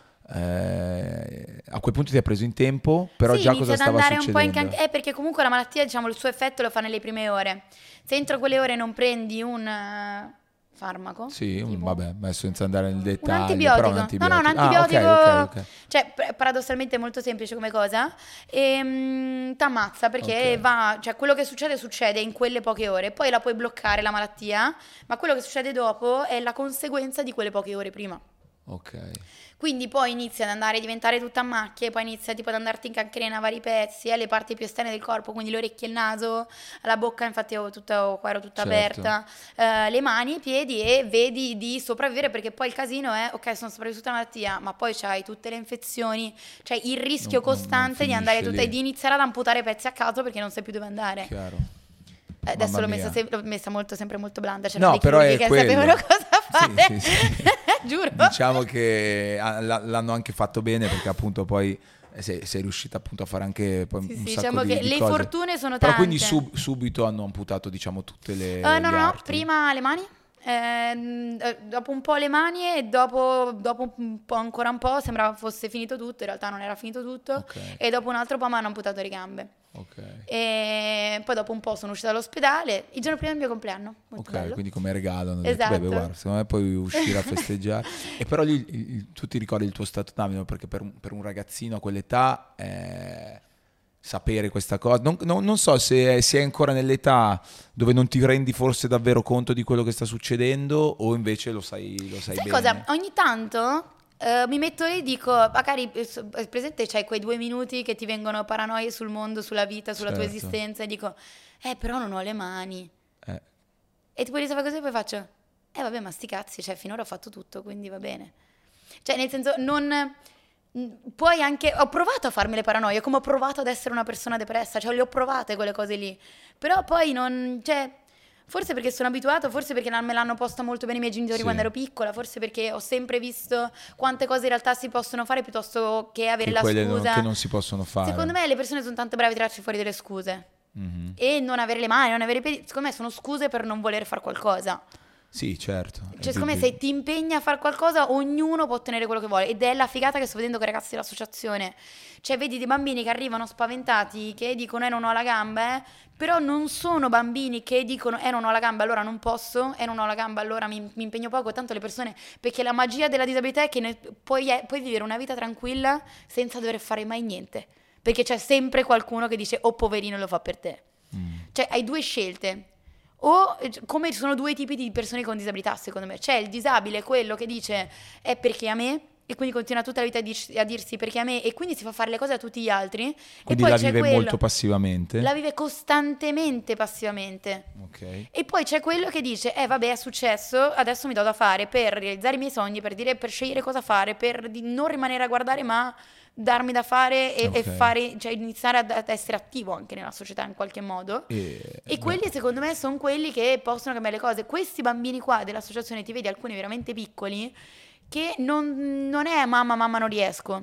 eh, a quel punto ti ha preso in tempo, però Sì, già inizia cosa ad stava andare un po' in succedendo? can- eh, perché comunque la malattia, diciamo, il suo effetto lo fa nelle prime ore. Se entro quelle ore non prendi un eh, farmaco, Sì, un- tipo- vabbè, adesso senza andare nel un dettaglio, antibiotico. però un No, antibiotico. no, un Ah, antibiotico, ok, ok, ok. cioè pr- paradossalmente è molto semplice come cosa, e t'ammazza perché Ok. va, cioè quello che succede succede in quelle poche ore, poi la puoi bloccare la malattia, ma quello che succede dopo è la conseguenza di quelle poche ore prima. Ok. Quindi poi inizia ad andare a diventare tutta a macchie, poi inizia tipo ad andarti in cancrena vari pezzi, eh, le parti più esterne del corpo, quindi le orecchie, il naso, la bocca, infatti io tutta, qua ero tutta Certo. aperta, eh, le mani, i piedi, e vedi di sopravvivere, perché poi il casino è, ok, sono sopravvissuta alla malattia, ma poi c'hai tutte le infezioni, cioè il rischio Non- non- costante non di andare finisce tutta, lì. di iniziare ad amputare pezzi a caso perché non sai più dove andare. Chiaro. Eh, Adesso Mamma l'ho messa, mia. se- l'ho messa molto, sempre molto blanda. C'erano No, dei però chirurghi è che quello. sapevano cosa fare. Sì, sì, sì. Giuro. Diciamo che ah, la- l'hanno anche fatto bene, perché appunto poi eh, sei, sei riuscita appunto a fare anche poi Sì, un sì, sacco diciamo di, che di le cose. fortune sono Però tante. quindi sub- subito hanno amputato, diciamo, tutte le, Eh, no, gli no, no, arti. prima le mani, ehm, eh, dopo un po' le mani e dopo, dopo un po' ancora un po' sembrava fosse finito tutto, in realtà non era finito tutto, Ok. e dopo un altro po' mi hanno amputato le gambe. Ok. E poi dopo un po' sono uscita dall'ospedale, il giorno prima del mio compleanno, molto Ok, bello. quindi come regalo hanno detto, Esatto. beh, guarda, secondo me puoi uscire a festeggiare. E però lì il- il- tu ti ricordi il tuo stato d'animo, perché per un, per un ragazzino a quell'età eh, sapere questa cosa, non, non- non so se sei ancora nell'età dove non ti rendi forse davvero conto di quello che sta succedendo, o invece lo sai, lo sai Sai bene. cosa? Ogni tanto eh, mi metto lì e dico, magari eh, so- eh, presente c'hai quei due minuti che ti vengono paranoie sul mondo, sulla vita, sulla tua Certo. esistenza, e dico, eh però non ho le mani. Eh, E tipo Elisa fa così e poi faccio, eh vabbè, ma sti cazzi, cioè finora ho fatto tutto, quindi va bene. Cioè nel senso, non... mh, Puoi anche... Ho provato a farmi le paranoie, come ho provato ad essere una persona depressa, cioè le ho provate quelle cose lì. Però poi non... Cioè, forse perché sono abituato, forse perché me l'hanno posta molto bene i miei genitori Sì. quando ero piccola, forse perché ho sempre visto quante cose in realtà si possono fare piuttosto che avere che la quelle non- scusa. che non si possono fare. Secondo me le persone sono tanto brave a tirarci fuori delle scuse. Mhm. E non avere le mani, non avere i piedi, secondo me sono scuse per non voler fare qualcosa. Sì, certo. Cioè, E secondo me, quindi- se ti impegni a fare qualcosa, ognuno può ottenere quello che vuole. Ed è la figata che sto vedendo con i ragazzi dell'associazione. Cioè, vedi dei bambini che arrivano spaventati, che dicono, eh, non ho la gamba, eh. Però non sono bambini che dicono, eh, non ho la gamba, allora non posso, eh, non ho la gamba, allora mi, mi impegno poco. Tanto le persone, perché la magia della disabilità è che ne- puoi, eh, puoi vivere una vita tranquilla senza dover fare mai niente. Perché c'è sempre qualcuno che dice, oh, poverino, lo fa per te. Mm. Cioè, hai due scelte. O eh, come ci sono due tipi di persone con disabilità, secondo me. C'è il disabile, quello che dice è perché a me, e quindi continua tutta la vita a, dirsi, a dirsi perché a me, e quindi si fa fare le cose a tutti gli altri. Quindi e poi la c'è vive quello, molto passivamente. la vive costantemente passivamente. Ok. E poi c'è quello che dice, eh vabbè, è successo, adesso mi do da fare per realizzare i miei sogni, per dire, per scegliere cosa fare, per di non rimanere a guardare, ma darmi da fare e, e Ok. fare, cioè iniziare ad, ad essere attivo anche nella società in qualche modo. E, E quelli secondo me sono quelli che possono cambiare le cose. Questi bambini qua dell'associazione, ti vedi alcuni veramente piccoli, che non, non è mamma, mamma non riesco.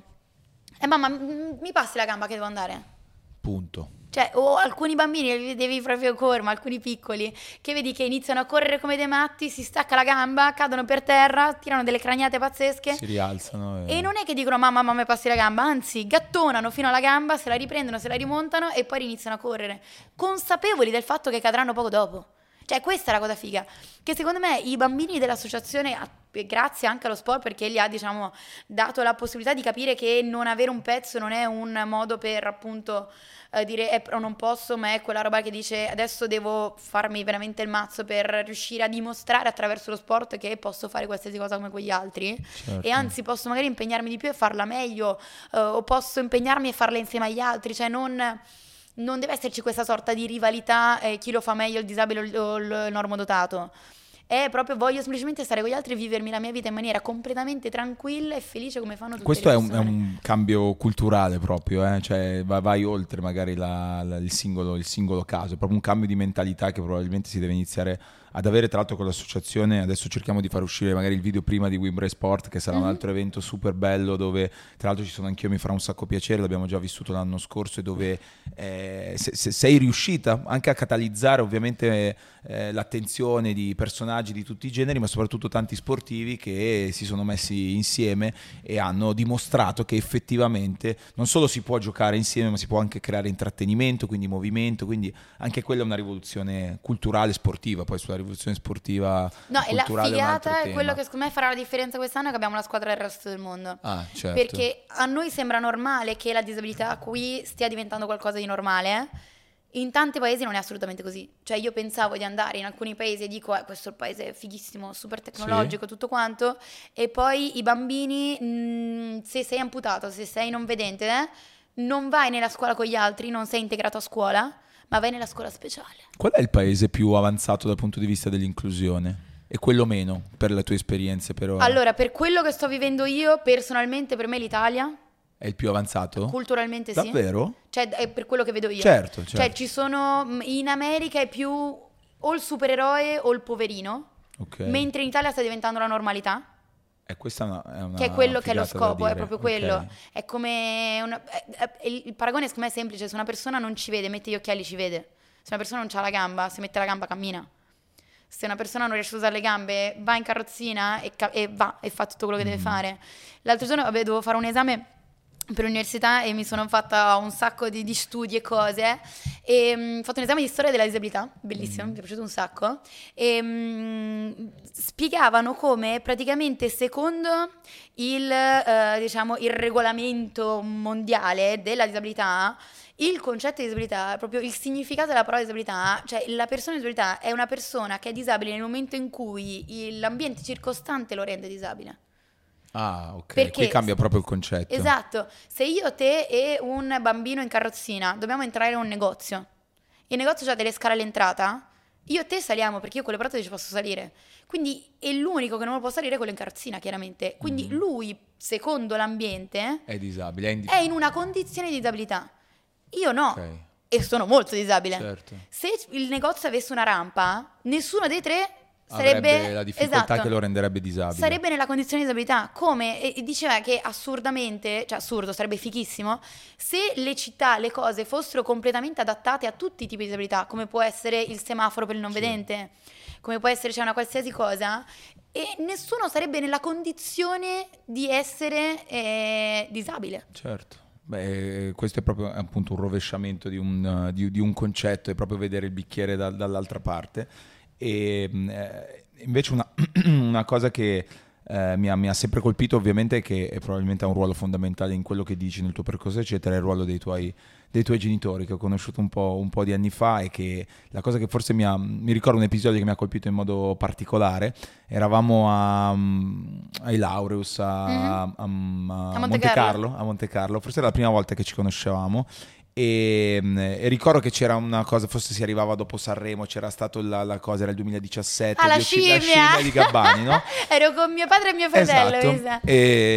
E mamma, m- mi passi la gamba che devo andare? punto. Cioè, o alcuni bambini li devi proprio correre, ma alcuni piccoli, che vedi che iniziano a correre come dei matti, si stacca la gamba, cadono per terra, tirano delle craniate pazzesche. Si rialzano. E, E non è che dicono mamma, mamma, mi passi la gamba, anzi gattonano fino alla gamba, se la riprendono, se la rimontano e poi iniziano a correre, consapevoli del fatto che cadranno poco dopo. Cioè, questa è la cosa figa, che secondo me i bambini dell'associazione, a- grazie anche allo sport, perché gli ha, diciamo, dato la possibilità di capire che non avere un pezzo non è un modo per, appunto, eh, dire eh, però non posso, ma è quella roba che dice adesso devo farmi veramente il mazzo per riuscire a dimostrare attraverso lo sport che posso fare qualsiasi cosa come quegli altri. Certo. E anzi posso magari impegnarmi di più e farla meglio, eh, o posso impegnarmi e farla insieme agli altri, cioè non... Non deve esserci questa sorta di rivalità, eh, chi lo fa meglio, il disabile o il, il normodotato. È proprio, voglio semplicemente stare con gli altri e vivermi la mia vita in maniera completamente tranquilla e felice come fanno tutte Questo le è un, è persone. un cambio culturale proprio, eh? Cioè va- vai oltre magari la- la- il, singolo, il singolo caso, è proprio un cambio di mentalità che probabilmente si deve iniziare ad avere, tra l'altro con l'associazione. Adesso cerchiamo di far uscire magari il video prima di Wimbre Sport, che sarà un Mhm. altro evento super bello dove tra l'altro ci sono anch'io, mi farà un sacco piacere, l'abbiamo già vissuto l'anno scorso, e dove eh, se, se sei riuscita anche a catalizzare ovviamente eh, l'attenzione di personaggi di tutti i generi, ma soprattutto tanti sportivi che si sono messi insieme e hanno dimostrato che effettivamente non solo si può giocare insieme, ma si può anche creare intrattenimento, quindi movimento, quindi anche quella è una rivoluzione culturale sportiva. Poi sulla rivoluzione sportiva No, e la culturale è un altro figata è tema. quello che secondo me farà la differenza quest'anno, è che abbiamo la squadra del resto del mondo. Ah, certo. Perché a noi sembra normale che la disabilità qui stia diventando qualcosa di normale. In tanti paesi non è assolutamente così. Cioè io pensavo di andare in alcuni paesi e dico eh, questo è il paese fighissimo, super tecnologico, sì. tutto quanto, e poi i bambini, mh, se sei amputato, se sei non vedente, eh, non vai nella scuola con gli altri, non sei integrato a scuola, ma vai nella scuola speciale. Qual è il paese più avanzato dal punto di vista dell'inclusione? E quello meno, per le tue esperienze però? Allora, per quello che sto vivendo io, personalmente per me l'Italia... È il più avanzato? Culturalmente sì. Davvero? Cioè è per quello che vedo io. Certo, certo. Cioè ci sono, in America è più o il supereroe o il poverino, okay. mentre in Italia sta diventando la normalità. E questa è una, è una che è quello che è lo scopo, è proprio okay. quello. È come una, è, è, il paragone secondo me è semplice: se una persona non ci vede, mette gli occhiali, ci vede. Se una persona non ha la gamba, se mette la gamba, cammina. Se una persona non riesce a usare le gambe, va in carrozzina e, ca- e va e fa tutto quello che mm. deve fare. L'altro giorno vabbè, dovevo fare un esame per l'università e mi sono fatta un sacco di, di studi e cose e ho fatto un esame di storia della disabilità, bellissimo, mm. mi è piaciuto un sacco, e mh, spiegavano come praticamente secondo il, eh, diciamo, il regolamento mondiale della disabilità, il concetto di disabilità, proprio il significato della parola disabilità, cioè la persona di disabilità è una persona che è disabile nel momento in cui il, l'ambiente circostante lo rende disabile. Ah, ok. Perché, qui cambia proprio il concetto. Esatto. Se io, te e un bambino in carrozzina dobbiamo entrare in un negozio, il negozio ha delle scale all'entrata, io e te saliamo perché io con le protesi ci posso salire. Quindi è l'unico che non lo può salire è quello in carrozzina, chiaramente. Quindi mm-hmm. lui, secondo l'ambiente, è disabile, è in, di- è in una condizione di disabilità. Io no. Okay. E sono molto disabile. Certo. Se il negozio avesse una rampa, nessuno dei tre sarebbe avrebbe la difficoltà, esatto, che lo renderebbe disabile. Sarebbe nella condizione di disabilità. Come e diceva che assurdamente, cioè assurdo, sarebbe fighissimo se le città, le cose fossero completamente adattate a tutti i tipi di disabilità, come può essere il semaforo per il non sì. vedente, come può essere, cioè, una qualsiasi cosa, e nessuno sarebbe nella condizione di essere eh, disabile. Certo. Beh, questo è proprio appunto un rovesciamento di un, di, di un concetto, è proprio vedere il bicchiere da, dall'altra parte. E eh, invece una, una cosa che eh, mi, ha, mi ha sempre colpito, ovviamente, che è probabilmente ha un ruolo fondamentale in quello che dici nel tuo percorso eccetera, è il ruolo dei tuoi, dei tuoi genitori, che ho conosciuto un po', un po' di anni fa, e che la cosa che forse mi ha, mi ricordo un episodio che mi ha colpito in modo particolare, eravamo a, ai Laureus a, mm-hmm. a, a, a Monte, Monte Carlo. Carlo, a Monte Carlo, forse era la prima volta che ci conoscevamo. E, e ricordo che c'era una cosa, forse si arrivava dopo Sanremo, c'era stato la, la cosa, era il duemiladiciassette, ah, la, di, scimmia. la scimmia di Gabbani, no? Ero con mio padre e mio fratello, esatto.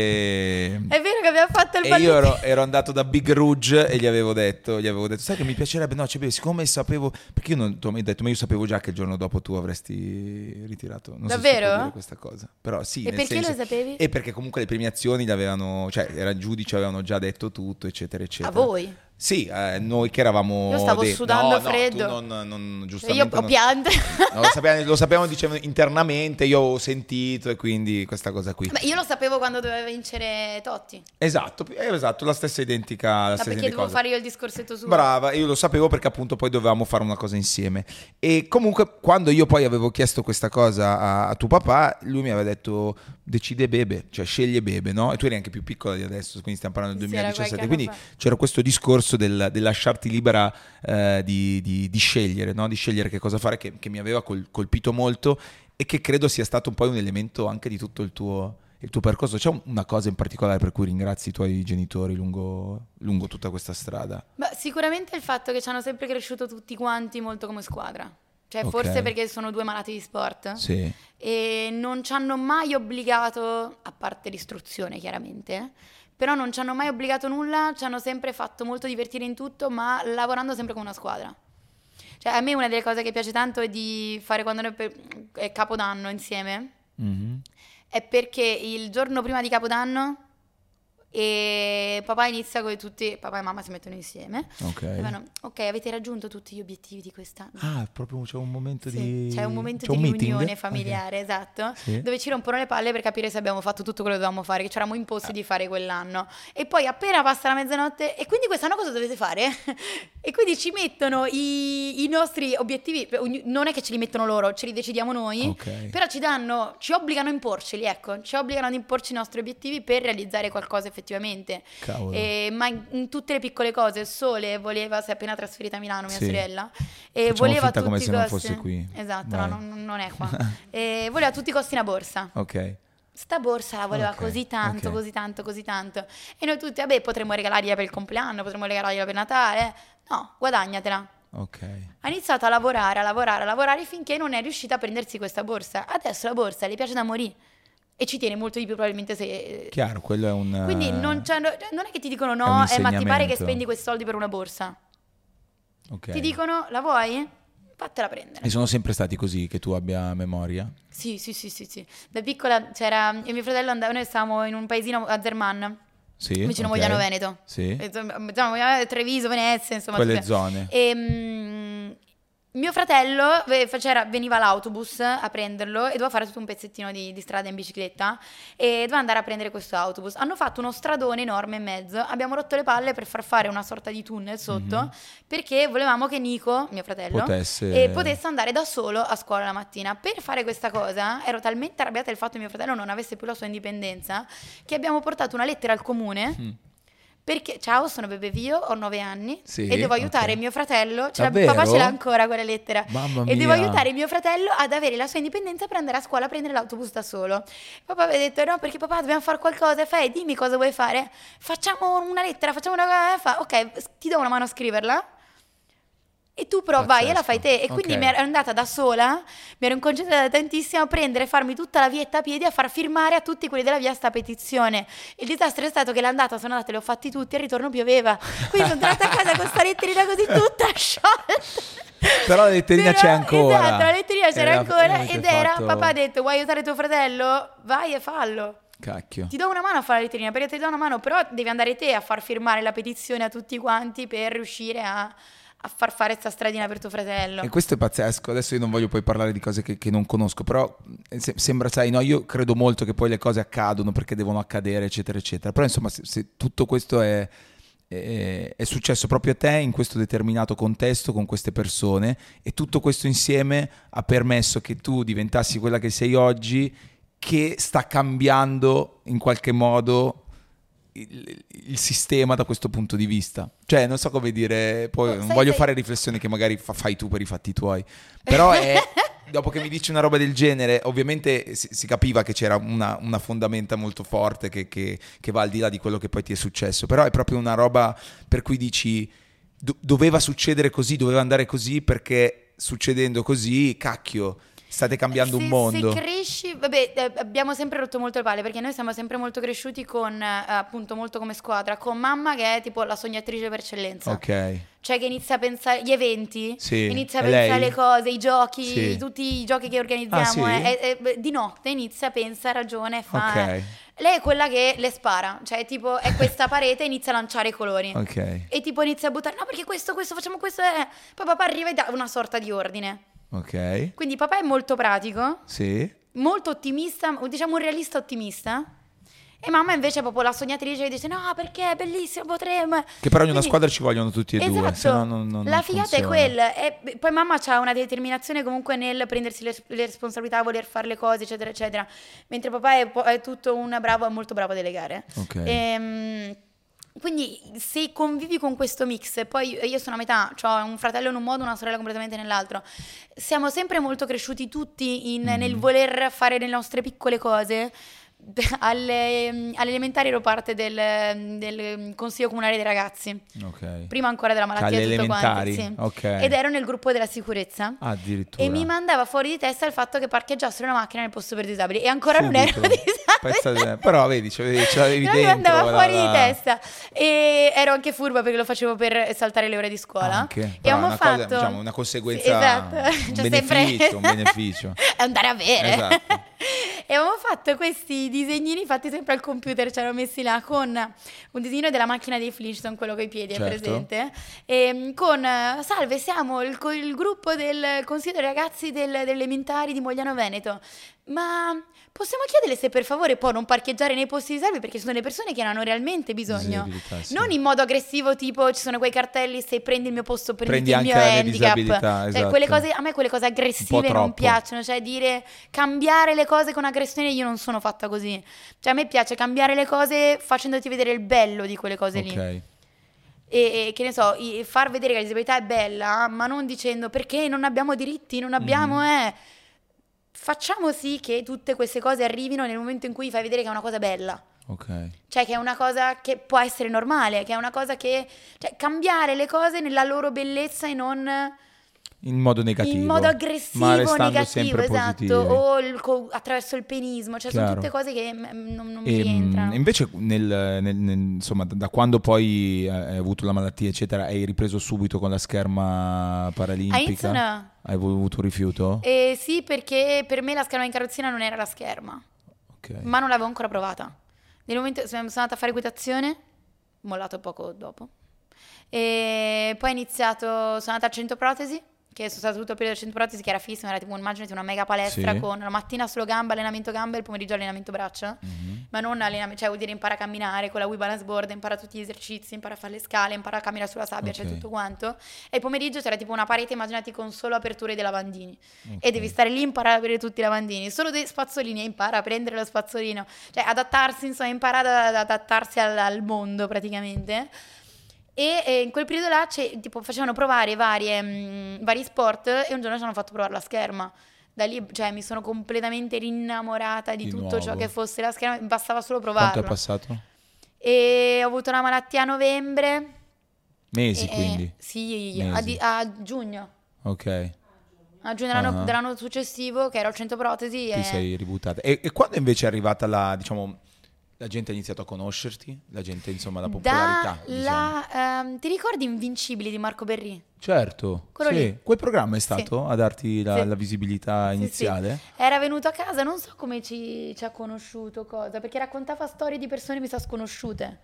E... è vero che abbiamo fatto il e ballino. io ero, ero andato da Big Rouge e gli avevo detto, gli avevo detto sai che mi piacerebbe, no, cioè, siccome sapevo, perché io non, tu mi hai detto, ma io sapevo già che il giorno dopo tu avresti ritirato, non davvero? so se può dire questa cosa, però sì, e nel perché senso, lo sapevi? E perché comunque le premiazioni le avevano, cioè era il giudice, avevano già detto tutto eccetera eccetera. A voi? Sì, eh, noi che eravamo... Io stavo de- sudando no, freddo. No, tu non, non, giustamente... Io ho pianto. No, lo sapevamo, lo sapevamo, dicevano internamente, io ho sentito, e quindi questa cosa qui. Beh, io lo sapevo quando doveva vincere Totti. Esatto, eh, esatto, la stessa identica, la Ma stessa perché identica devo cosa. fare io il discorsetto suo? Brava, io lo sapevo perché appunto poi dovevamo fare una cosa insieme. E comunque quando io poi avevo chiesto questa cosa a, a tuo papà, lui mi aveva detto decide Bebe, cioè sceglie Bebe, no? E tu eri anche più piccola di adesso, quindi stiamo parlando del sì, duemiladiciassette, quindi fa. c'era questo discorso del, del lasciarti libera eh, di, di, di scegliere, no? Di scegliere che cosa fare, che, che mi aveva col, colpito molto, e che credo sia stato un po' un elemento anche di tutto il tuo, il tuo percorso. C'è una cosa in particolare per cui ringrazi i tuoi genitori lungo, lungo tutta questa strada? Beh, sicuramente il fatto che ci hanno sempre cresciuto tutti quanti molto come squadra. Cioè, okay. forse perché sono due malati di sport. Sì. E non ci hanno mai obbligato, a parte l'istruzione chiaramente, però non ci hanno mai obbligato nulla, ci hanno sempre fatto molto divertire in tutto, ma lavorando sempre come una squadra. Cioè, a me una delle cose che piace tanto è di fare quando noi per, è Capodanno insieme, mm-hmm. è perché il giorno prima di Capodanno e papà inizia con tutti, papà e mamma si mettono insieme, ok, e vanno, ok, avete raggiunto tutti gli obiettivi di quest'anno. Ah, proprio c'è un momento sì, di c'è un momento c'è di un riunione meeting? familiare, okay. Esatto, sì. Dove ci rompono le palle per capire se abbiamo fatto tutto quello che dovevamo fare, che ci eravamo imposti ah. di fare quell'anno. E poi appena passa la mezzanotte, e quindi quest'anno cosa dovete fare? E quindi ci mettono i, i nostri obiettivi, non è che ce li mettono loro, ce li decidiamo noi, okay. Però ci danno, ci obbligano a imporceli, ecco, ci obbligano ad imporci i nostri obiettivi per realizzare qualcosa effettivamente effettivamente. Cavolo. E, ma in, in tutte le piccole cose, Sole voleva, si è appena trasferita a Milano, mia Sì. sorella, e Facciamo voleva finta a tutti come i se non costi, fosse qui. esatto, Vai. no, non, non è qua, e voleva a tutti i costi una borsa. Ok. Sta borsa la voleva Ok, così tanto, ok. così tanto, così tanto. E noi tutti, vabbè, potremmo regalargliela per il compleanno, potremmo regalargliela per Natale. No, guadagnatela. Ok. Ha iniziato a lavorare, a lavorare, a lavorare finché non è riuscita a prendersi questa borsa. Adesso la borsa le piace da morire e ci tiene molto di più probabilmente se... Chiaro, quello è un... Quindi non, c'è- non è che ti dicono È no, un eh, ma ti pare che insegnamento. spendi questi soldi per una borsa. Ok. Ti dicono, la vuoi? Fatela prendere. E sono sempre stati così, che tu abbia memoria? Sì, sì, sì, sì, sì. Da piccola c'era... Io e mio fratello andavamo, noi stavamo in un paesino a Zerman, Sì. vicino ok. Mogliano Veneto. Sì. E, insomma, Mogliano- Treviso, Venezia, insomma. Quelle tutte- zone. E, mm, mio fratello ve- c'era- veniva l'autobus a prenderlo e doveva fare tutto un pezzettino di, di strada in bicicletta e doveva andare a prendere questo autobus. Hanno fatto uno stradone enorme in mezzo, abbiamo rotto le palle per far fare una sorta di tunnel sotto Mhm. perché volevamo che Nico, mio fratello, Potesse- eh, potesse andare da solo a scuola la mattina. Per fare questa cosa ero talmente arrabbiata del fatto che mio fratello non avesse più la sua indipendenza che abbiamo portato una lettera al comune. Mm. Perché, ciao, sono Bebe Vio, ho nove anni Sì, e devo aiutare ok. mio fratello, ce l'ha- Davvero? papà ce l'ha ancora quella lettera, Mamma e devo mia. aiutare mio fratello ad avere la sua indipendenza per andare a scuola a prendere l'autobus da solo. Papà aveva detto no, perché papà dobbiamo fare qualcosa, fai, dimmi cosa vuoi fare, facciamo una lettera, facciamo una cosa, fa, ok, s- ti do una mano a scriverla. E tu però vai e la fai te. E quindi Ok. mi ero andata da sola, mi ero inconcentrata tantissimo a prendere e farmi tutta la vietta a piedi a far firmare a tutti quelli della via sta petizione. Il disastro è stato che l'andata sono andata, le ho fatti tutti e il ritorno pioveva. Quindi sono tornata a casa con sta letterina così tutta sciolta. Però la letterina Però, c'è ancora. Esatto, la letterina c'era Era- ancora avete ed era, fatto- papà ha detto, vuoi aiutare tuo fratello? Vai e fallo. Cacchio. Ti do una mano a fare la letterina, perché ti do una mano, però devi andare te a far firmare la petizione a tutti quanti per riuscire a, a far fare sta stradina per tuo fratello. E questo è pazzesco. Adesso io non voglio poi parlare di cose che, che non conosco, però eh, se- sembra, sai, no, io credo molto che poi le cose accadono perché devono accadere, eccetera, eccetera. Però insomma, se, se tutto questo è, è, è successo proprio a te in questo determinato contesto, con queste persone, e tutto questo insieme ha permesso che tu diventassi quella che sei oggi, che sta cambiando in qualche modo il, il sistema da questo punto di vista. Cioè, non so come dire, poi Oh, non sai- voglio sai- fare riflessioni che magari fa- fai tu per i fatti tuoi, però è, dopo che mi dici una roba del genere, ovviamente si, si capiva che c'era una, una fondamenta molto forte che, che- che va al di là di quello che poi ti è successo, però è proprio una roba per cui dici do- doveva succedere così, doveva andare così, perché succedendo così, cacchio, state cambiando se, un mondo. Se cresci, vabbè, eh, abbiamo sempre rotto molto le palle perché noi siamo sempre molto cresciuti con, eh, appunto, molto come squadra, con mamma che è tipo la sognatrice per eccellenza. Ok. Cioè che inizia a pensare gli eventi, Sì, inizia a e pensare lei? alle cose, i giochi, Sì. tutti i giochi che organizziamo. Ah, sì? e- e- di notte inizia, pensa, ragione, fa. Ok. Lei è quella che le spara, cioè tipo è questa parete e inizia a lanciare i colori. Ok. E tipo inizia a buttare, no perché questo, questo, facciamo questo. Eh. Poi papà arriva e dà una sorta di ordine. Ok. Quindi papà è molto pratico, Sì. molto ottimista, diciamo un realista ottimista. E mamma invece è proprio la sognatrice che dice no perché è bellissimo, potremmo. Che però in una Quindi- squadra ci vogliono tutti e due, Esatto. se no non, non, la non figata funziona. è quella. E poi mamma ha una determinazione comunque nel prendersi le, le responsabilità, voler fare le cose, eccetera, eccetera. Mentre papà è, po- è tutto un bravo, è molto bravo a delegare. Ok. Ehm, quindi se convivi con questo mix, e poi io sono a metà, ho un fratello in un modo, una sorella completamente nell'altro, siamo sempre molto cresciuti tutti in- nel voler fare le nostre piccole cose. Alle, alle elementari ero parte del, del consiglio comunale dei ragazzi, Ok. prima ancora della malattia Alle e tutto quanto, elementari? sì. Ok. Ed ero nel gruppo della sicurezza. Ah, addirittura. E mi mandava fuori di testa il fatto che parcheggiassero una macchina nel posto per disabili. E ancora non ero Subito. disabile. Pezza di- Però vedi, ce l'avevi, ce l'avevi Però mi dentro. mandava la- fuori la- di testa. E ero anche furba perché lo facevo per saltare le ore di scuola. Anche. E Però è abbiamo una cosa, fatto diciamo, una conseguenza, Sì, esatto. un C'è beneficio, un beneficio. È andare a bere. Esatto. E avevamo fatto questi disegnini fatti sempre al computer, ci hanno messi là con un disegno della macchina dei Flintstone, quello con i piedi, è Certo. presente? E con eh, salve, siamo il, co- il gruppo del Consiglio dei ragazzi del, delle elementari di Mogliano Veneto. Ma possiamo chiederle se per favore può non parcheggiare nei posti di salve perché ci sono le persone che ne hanno realmente bisogno. Disabilità, sì. Non in modo aggressivo, tipo ci sono quei cartelli se prendi il mio posto prendi, Prendi il anche mio la handicap. disabilità, Cioè, esatto. quelle cose, a me quelle cose Un po' aggressive non troppo. piacciono, cioè dire cambiare le cose con aggressività aggressione io non sono fatta così. Cioè a me piace cambiare le cose facendoti vedere il bello di quelle cose lì. Ok. E, e che ne so, i- far vedere che la disabilità è bella, ma non dicendo perché non abbiamo diritti, non abbiamo... eh. Facciamo sì che tutte queste cose arrivino nel momento in cui fai vedere che è una cosa bella. Ok. Cioè che è una cosa che può essere normale, che è una cosa che... Cioè cambiare le cose nella loro bellezza e non In modo negativo. in modo aggressivo ma o restando negativo, sempre esatto, positivi. o il co- attraverso il penismo, cioè sono Chiaro. tutte cose che mm, non, non mi E, rientrano. mh, invece nel, nel- nel- insomma da, da quando poi eh, hai avuto la malattia eccetera hai ripreso subito con la scherma paralimpica? All'inizio no. Hai avuto un rifiuto? Eh, sì, perché per me la scherma in carrozzina non era la scherma, Ok. ma non l'avevo ancora provata. Nel momento sono sono andata a fare equitazione, mollato poco dopo, e poi ho iniziato, sono andata al centro protesi, che sono stata tutto il periodo del centro protesi, che era fisso, era tipo, immaginati una mega palestra Sì. con la mattina solo gambe, allenamento gambe, e il pomeriggio allenamento braccia, Mhm. ma non allenamento, cioè vuol dire impara a camminare con la Wii Balance Board, impara tutti gli esercizi, impara a fare le scale, impara a camminare sulla sabbia, Ok. cioè tutto quanto. E il pomeriggio c'era tipo una parete, immaginati, con solo aperture dei lavandini. Ok. E devi stare lì e imparare a aprire tutti i lavandini, solo dei spazzolini e impara a prendere lo spazzolino, cioè adattarsi, insomma, imparare ad ad adattarsi al, al mondo praticamente. E eh, in quel periodo là c'è- tipo, facevano provare varie, mh, vari sport e un giorno ci hanno fatto provare la scherma. Da lì, cioè, mi sono completamente rinnamorata di, Di tutto nuovo. ciò che fosse la scherma, bastava solo Quanto provarlo. è passato? E ho avuto la malattia a novembre. Mesi e- quindi? Sì, Mesi. a, di- a giugno. Ok. A giugno dell'anno, Ah. dell'anno successivo, che ero al centro protesi. Ti e... sei ributtata. E, e quando invece è arrivata la, diciamo, la gente ha iniziato a conoscerti? La gente, insomma, la popolarità, Da diciamo. la, ehm, ti ricordi Invincibili di Marco Berri? Certo, Quello sì. lì. Quel programma è stato a darti la, Sì. la visibilità Sì, iniziale? sì. Era venuto a casa, non so come ci, ci ha conosciuto, cosa, perché raccontava storie di persone che mi sa sconosciute.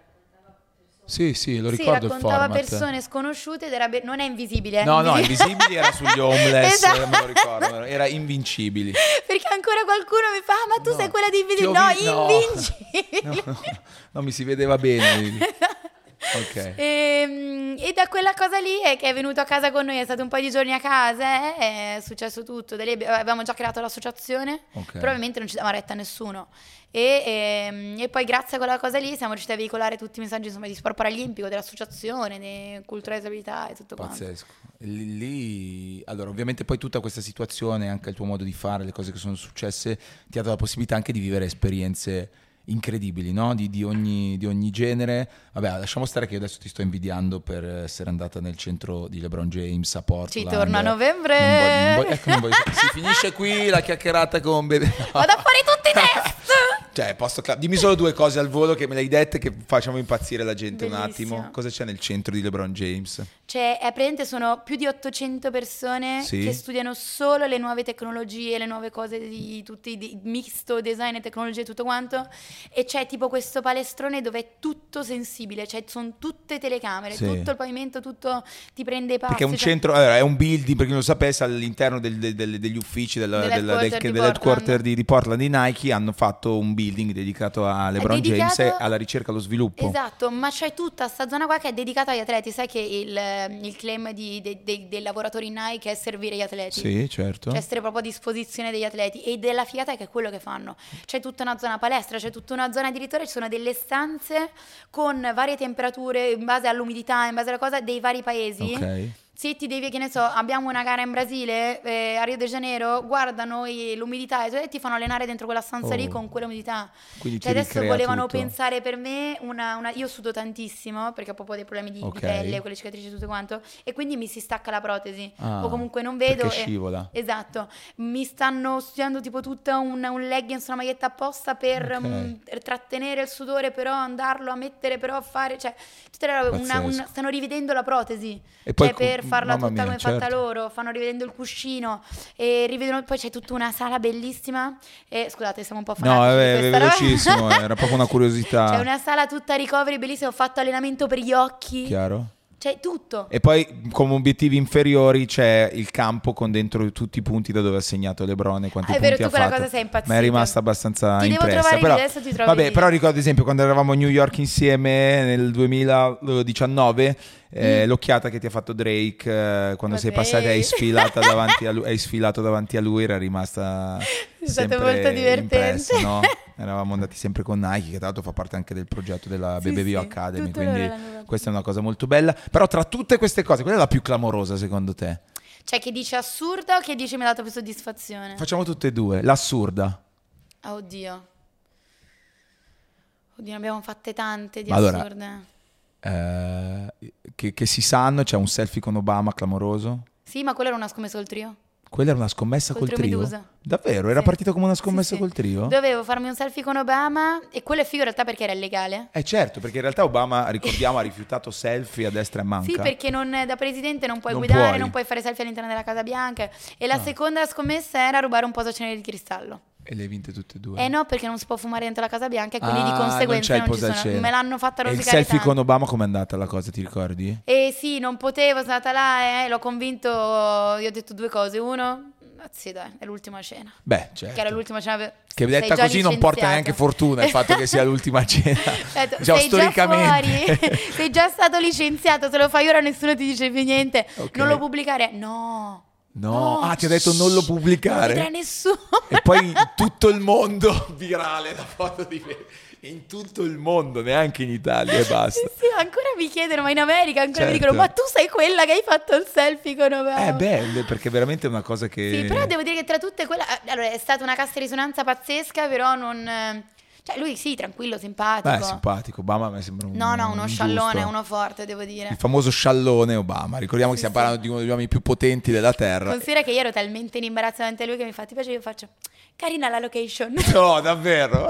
Sì, sì, lo Sì, ricordo il raccontava format. persone sconosciute ed era be- non è invisibile. eh, No, no, invisibile. Invisibili era sugli homeless, Esatto. me lo ricordo, era Invincibili. Perché ancora qualcuno mi fa, "Ah, ma tu No, sei quella di ti ho Invisibili?" No, vi- no. Invincibili. No, no, no, mi si vedeva bene. Ok. E, e da quella cosa lì è che è venuto a casa con noi, è stato un paio di giorni a casa, eh, è successo tutto. Da lì abbi- avevamo già creato l'associazione, Ok. però ovviamente non ci dava retta a nessuno. E, ehm, e poi grazie a quella cosa lì siamo riusciti a veicolare tutti i messaggi, insomma, di sport paralimpico, dell'associazione, di cultura e disabilità e tutto quanto. Pazzesco. E Lì, lì- allora, ovviamente poi tutta questa situazione, anche il tuo modo di fare, le cose che sono successe, ti ha dato la possibilità anche di vivere esperienze incredibili, no? Di, di ogni, di ogni genere. Vabbè, lasciamo stare che io adesso ti sto invidiando per essere andata nel centro di LeBron James a Portland. Ci torno a novembre. Non voglio- non voglio- ecco, non voglio- si finisce qui la chiacchierata con Bebe. Vado a fare tutti i test! Cioè, posso cla- dimmi solo due cose al volo che me le hai dette che facciamo impazzire la gente un Bellissimo. attimo. Cosa c'è nel centro di LeBron James? Cioè, è praticamente sono più di ottocento persone Sì. che studiano solo le nuove tecnologie, le nuove cose di tutti, di misto design e tecnologie e tutto quanto. E c'è tipo questo palestrone dove è tutto sensibile, cioè sono tutte telecamere, Sì. tutto il pavimento, tutto ti prende i passi. Perché è un cioè- centro, allora, è un building, per chi non lo sapesse, all'interno del- del- del- degli uffici del, del, Dell'headquarter del, di dell'headquarter Portland. di, di Portland di Nike hanno fatto un building dedicato a LeBron dedicato- James e alla ricerca e allo sviluppo. Esatto, ma c'è tutta sta zona qua che è dedicata agli atleti. Sai che il, il claim di- dei- dei- dei lavoratori Nike è servire gli atleti? Sì, certo. Cioè essere proprio a disposizione degli atleti. E della figata è che è quello che fanno. C'è tutta una zona palestra, c'è tutta una zona addirittura, ci sono delle stanze con varie temperature in base all'umidità, in base alla cosa dei vari paesi. Ok. Se ti devi, che ne so, abbiamo una gara in Brasile, eh, a Rio de Janeiro, guardano i- l'umidità e ti fanno allenare dentro quella stanza Oh. lì con quella umidità. Quindi Cioè ti adesso ricrea volevano tutto. pensare per me una, una- io sudo tantissimo perché ho proprio dei problemi di, di Ok. pelle, quelle cicatrici e tutto quanto, e quindi mi si stacca la protesi Ah, o comunque non vedo perché e- scivola. esatto, mi stanno studiando tipo tutta un, un leggings, una maglietta apposta per Ok. mm, trattenere il sudore, però andarlo a mettere, però a fare, cioè tutte le robe, una- Pazzesco. un- stanno rivedendo la protesi, E poi cioè co- per farla mamma tutta mia, come è fatta certo. loro, fanno rivedendo il cuscino e rivedono, poi c'è tutta una sala bellissima e scusate, siamo un po' No, fanatici è di questa roba. velocissimo, era proprio una curiosità. C'è una sala tutta ricoveri bellissima, ho fatto allenamento per gli occhi, Chiaro? cioè tutto. E poi come obiettivi inferiori c'è il campo con dentro tutti i punti da dove ha segnato LeBron e quanti Ah, è punti vero, tu ha quella fatto. cosa sei impazzito. Ma è rimasta abbastanza Ti devo impressa. trovare però, lì, adesso ti trovo vabbè, lì. però ricordo ad esempio quando eravamo a New York insieme nel duemiladiciannove eh, l'occhiata che ti ha fatto Drake eh, quando sei Vabbè. passata e hai sfilato davanti a lui, hai sfilato davanti a lui, era rimasta È stato sempre molto divertente. impresse, no? Eravamo andati sempre con Nike, che tra l'altro fa parte anche del progetto della Sì, Bebevio sì, Academy, tutto quindi loro l'hanno fatto. questa è una cosa molto bella. Però tra tutte queste cose, qual è la più clamorosa secondo te? Cioè, che dice assurda o che dice mi ha dato più soddisfazione? Facciamo tutte e due. L'assurda. Ah, oddio. Oddio, ne abbiamo fatte tante di Ma allora, assurde. Eh, che, che si sanno, c'è un selfie con Obama clamoroso. Sì, ma quella era una scommessa col trio. Quella era una scommessa Col col trio trio? Medusa. Davvero? Era Sì. partita come una scommessa Sì, sì. col trio? Dovevo farmi un selfie con Obama e quello è figo in realtà perché era illegale. Eh certo, perché in realtà Obama, ricordiamo, ha rifiutato selfie a destra e manca. Sì, perché non, da presidente non puoi Non guidare, puoi. non puoi fare selfie all'interno della Casa Bianca. E la Ah. seconda scommessa era rubare un posacenere di cristallo. E le hai vinte tutte e due. Eh no, perché non si può fumare dentro la Casa Bianca e quindi Ah, di conseguenza non c'è non, il ci sono. posacene. Me l'hanno fatta E il rosicare selfie tanto. con Obama com'è andata la cosa, ti ricordi? Eh sì, non potevo, sono andata là e l'ho convinto, gli ho detto due cose. Uno, sì dai, è l'ultima cena. Beh, certo. Che era l'ultima cena. per- Che sei detta già così non porta licenziato. neanche fortuna il fatto che sia l'ultima cena. Ho detto, Già sei storicamente. già fuori, sei già stato licenziato, se lo fai ora nessuno ti dice più niente. Ok. Non lo pubblicare? No. No, ah, ti ha detto non lo shh, pubblicare? Non lo vedrà nessuno. E poi in tutto il mondo virale la foto di me. In tutto il mondo, neanche in Italia e basta. Sì, sì, ancora mi chiedono, ma in America ancora mi Certo. dicono, ma tu sei quella che hai fatto il selfie con Obama? È bello, perché veramente è una cosa che... Sì, però devo dire che tra tutte quelle... Allora, è stata una cassa di risonanza pazzesca, però non... Cioè, lui sì, tranquillo, simpatico. Beh, è simpatico. Obama a me sembra un No, no, uno un sciallone, giusto. uno forte, devo dire. Il famoso sciallone Obama. Ricordiamo che Sì, stiamo sì. parlando di uno degli uomini più potenti della Terra. Considera che io ero talmente in imbarazzo davanti a lui che mi fa, ti piace? Io faccio, carina la location. No, davvero?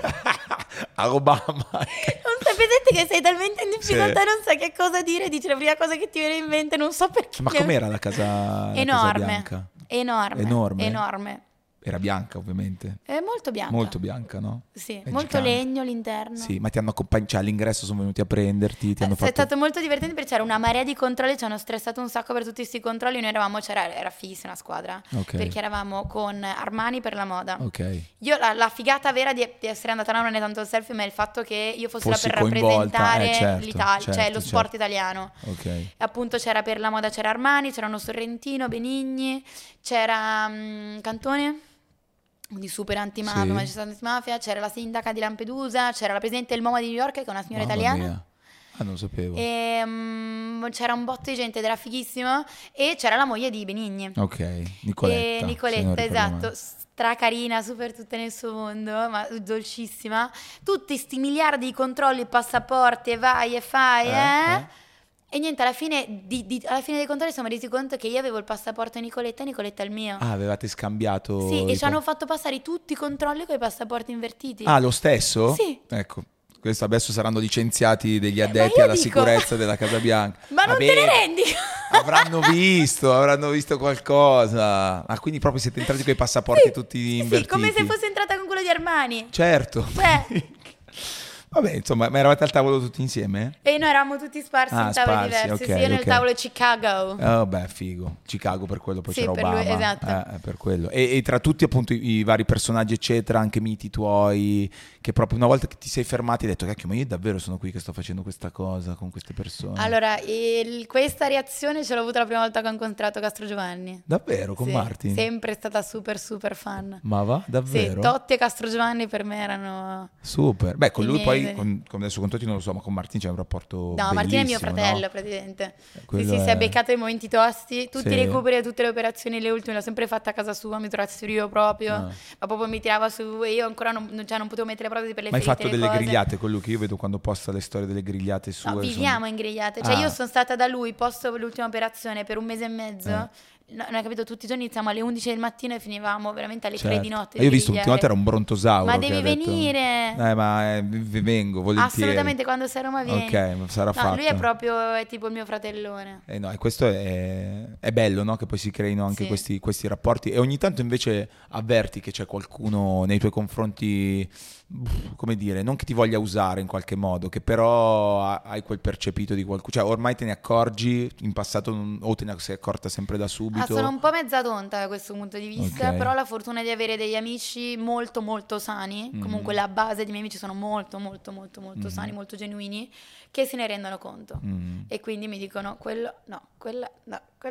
A Obama. Non sapete che sei talmente in difficoltà, Sì. non sai che cosa dire, dici la prima cosa che ti viene in mente, non so perché. Ma com'era la casa, la casa Enorme, bianca? enorme, Enorme? enorme. Era bianca, ovviamente. È molto bianca. Molto bianca, no? Sì, È molto gigante. legno l'interno. Sì, ma ti hanno accompagnato, cioè all'ingresso sono venuti a prenderti, ti hanno È fatto... stato molto divertente perché c'era una marea di controlli, ci hanno stressato un sacco per tutti questi controlli. Noi eravamo, c'era, era fighissima la squadra, Ok. perché eravamo con Armani per la moda. Ok. Io la, la figata vera di, di essere andata là non è tanto il selfie, ma è il fatto che io fossi Fossi là per coinvolta, rappresentare eh, certo, l'Italia, certo, cioè lo certo. sport italiano. Ok. E appunto c'era per la moda, c'era Armani, c'erano Sorrentino, Benigni, c'era mm, Cantone, quindi super antimafia, Sì. magistrato antimafia, c'era la sindaca di Lampedusa, c'era la presidente del MoMA di New York che è una signora Mamma italiana. mia. Ah, non lo sapevo. E, mm, c'era un botto di gente ed era fighissimo. E c'era la moglie di Benigni. Ok, Nicoletta. E se non Nicoletta, ricordo esatto, male. stracarina, super tutta nel suo mondo, ma dolcissima. Tutti sti miliardi di controlli, passaporti e vai e fai, Eh, eh? eh. E niente, alla fine, di- di- alla fine dei controlli siamo resi conto che io avevo il passaporto di Nicoletta e Nicoletta il mio. Ah, avevate scambiato... Sì, i e ci hanno pa- fatto passare tutti i controlli con i passaporti invertiti. Ah, lo stesso? Sì. Ecco, questo adesso saranno licenziati degli ma addetti io alla dico- sicurezza della Casa Bianca. Ma non Vabbè, te ne rendi? Avranno visto, avranno visto qualcosa. Ah, quindi proprio siete entrati con i passaporti Sì, tutti sì, invertiti. Sì, come se fossi entrata con quello di Armani. Certo. Cioè. Vabbè, insomma, ma eravate al tavolo tutti insieme? E noi eravamo tutti sparsi Ah, in tavoli sparsi, diversi. ok, Sì, io nel ok. tavolo Chicago. Oh, beh, figo. Chicago per quello, poi Sì, c'era per Obama. lui, esatto. Eh, per quello. E, e tra tutti appunto i, i vari personaggi eccetera, anche miti tuoi, che proprio una volta che ti sei fermati hai detto, cacchio, ma io davvero sono qui che sto facendo questa cosa con queste persone. Allora, il- questa reazione ce l'ho avuta la prima volta che ho incontrato Castro Giovanni. Davvero, con Sì, Martin? sempre stata super super fan. Ma va? Sì, Davvero? Totti e Castro Giovanni per me erano... Super. Beh, con I lui miei poi, idoli. con, con adesso con Totti non lo so, ma con Martin c'è un rapporto No, Martina è mio bellissimo, fratello no? praticamente. Sì, quello sì, si è- è beccato i momenti tosti, tutti Sì. i recuperi e tutte le operazioni, le ultime, l'ho sempre fatta a casa sua, mi trovassi io proprio, Ah. ma proprio mi tirava su e io ancora non, non- cioè, non potevo mettere le prove per le Ma hai ferite, fatto le delle cose. grigliate con lui, che io vedo quando posta le storie delle grigliate sue. No, sono- viviamo in grigliate, cioè Ah. io sono stata da lui posto l'ultima operazione per un mese e mezzo. Eh. No, non hai capito, tutti i giorni iniziamo alle undici del mattino e finivamo veramente alle tre Certo. di notte. Io ho di visto l'ultima volta grigliare. era un brontosauro. Ma che devi ha detto- venire. Eh, ma eh, vi vengo, volentieri. Assolutamente, quando sei a Roma vieni. Ok, sarà No, fatto. lui è proprio è tipo il mio fratellone. Eh no, e questo è, è bello, no? Che poi si creino anche Sì. questi, questi rapporti. E ogni tanto invece avverti che c'è qualcuno nei tuoi confronti, come dire, non che ti voglia usare in qualche modo, che però ha- hai quel percepito di qualcuno. Cioè, ormai te ne accorgi, in passato non- o te ne sei accorta sempre da subito. Ah, sono un po' mezza tonta da questo punto di vista, Ok. però ho la fortuna di avere degli amici molto molto sani, Mhm. comunque la base dei miei amici sono molto molto molto molto Mhm. sani, molto genuini, che se ne rendono conto. Mm. E quindi mi dicono quello no, quella no, quella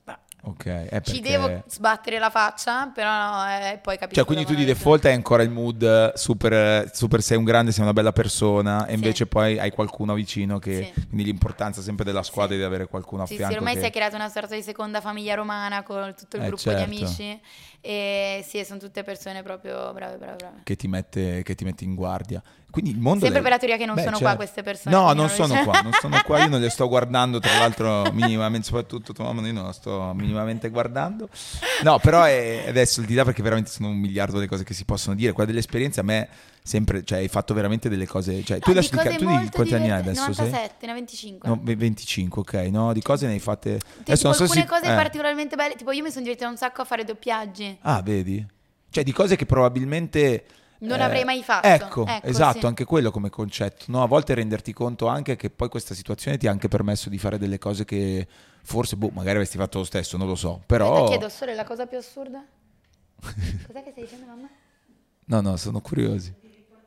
Ok, è perché... Ci devo sbattere la faccia, però no, eh, poi capisco. Cioè, quindi tu di default hai ancora il mood super, super sei un grande, sei una bella persona, e invece sì. poi hai qualcuno vicino che... Sì. Quindi l'importanza sempre della squadra sì. di avere qualcuno a sì, fianco. Sì, ormai che... si è creata una sorta di seconda famiglia romana con tutto il eh, gruppo certo. di amici. E sì, sono tutte persone proprio brave, brave, brave. Che ti mette, che ti mette in guardia. Quindi il mondo Sempre del... per la teoria che non Beh, sono certo. qua queste persone. No, non non sono dice. qua, non sono qua, io non le sto guardando, tra l'altro minimamente, soprattutto tua mamma, io non la sto minimamente guardando. No, però è, adesso il di là, perché veramente sono un miliardo le cose che si possono dire. Quella delle esperienze a me sempre, cioè hai fatto veramente delle cose, cioè No, tu di adesso cose di, tu di molto quanti anni hai divertenti. adesso? Sei? novantasette, ne ho venticinque. No, venticinque, ok, no, di cose ne hai fatte. Tipo, Adesso non so alcune se... cose eh. particolarmente belle, tipo io mi sono divertita un sacco a fare doppiaggi. Ah, vedi? Cioè di cose che probabilmente... Non eh, avrei mai fatto. Ecco, Ecco, esatto, sì. anche quello come concetto, no? A volte renderti conto anche che poi questa situazione ti ha anche permesso di fare delle cose che forse, boh, magari avresti fatto lo stesso, non lo so, però... Ti chiedo solo la cosa più assurda. Cos'è che stai dicendo, mamma? No, no, sono curiosi.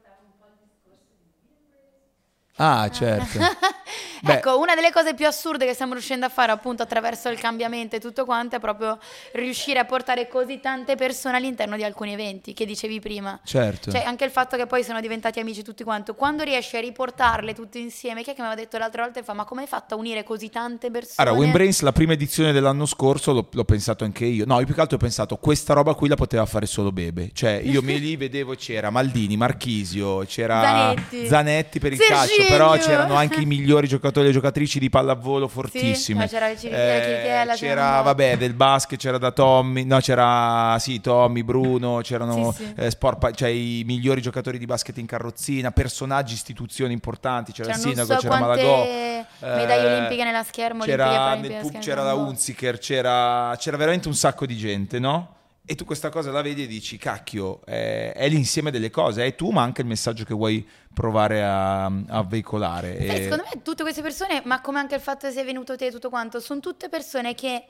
Ah, certo. Beh, Ecco, una delle cose più assurde che stiamo riuscendo a fare appunto attraverso il cambiamento e tutto quanto è proprio riuscire a portare così tante persone all'interno di alcuni eventi che dicevi prima. certo. Cioè anche il fatto che poi sono diventati amici tutti quanti, quando riesci a riportarle tutte insieme, chi è che mi aveva detto l'altra volta, fa, ma come hai fatto a unire così tante persone? Allora, Wimbrains, la prima edizione dell'anno scorso, l'ho, l'ho pensato anche io. No, io più che altro ho pensato, questa roba qui la poteva fare solo Bebe. Cioè, io me lì vedevo, c'era Maldini, Marchisio, c'era Zanetti, Zanetti per il Serginho. calcio, però c'erano anche i migliori giocatori e giocatrici di pallavolo fortissime. no, c'era il Cirichella, Chirichella, c'era, c'era- vabbè, del basket, c'era da Tommy, no, c'era, sì, Tommy, Bruno, c'erano Sì, sì. eh, sport, pa- cioè i migliori giocatori di basket in carrozzina, personaggi, istituzioni importanti, c'era C'erano il non sindaco, so c'era quante Malagò. medaglie eh, olimpiche nella scherma, olimpiche c'era, paralimpiche nel nella pub, scherma, c'era la boh. Hunziker, c'era, c'era veramente un sacco di gente, no? E tu questa cosa la vedi e dici, cacchio, è, è l'insieme delle cose, è tu ma anche il messaggio che vuoi provare a, a veicolare. Sai, E- secondo me tutte queste persone, ma come anche il fatto che sei venuto te e tutto quanto, sono tutte persone che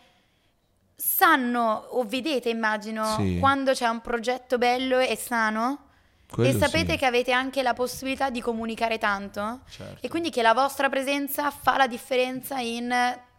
sanno o vedete, immagino, Sì. quando c'è un progetto bello e sano. Quello E sapete sì. che avete anche la possibilità di comunicare tanto, Certo. e quindi che la vostra presenza fa la differenza in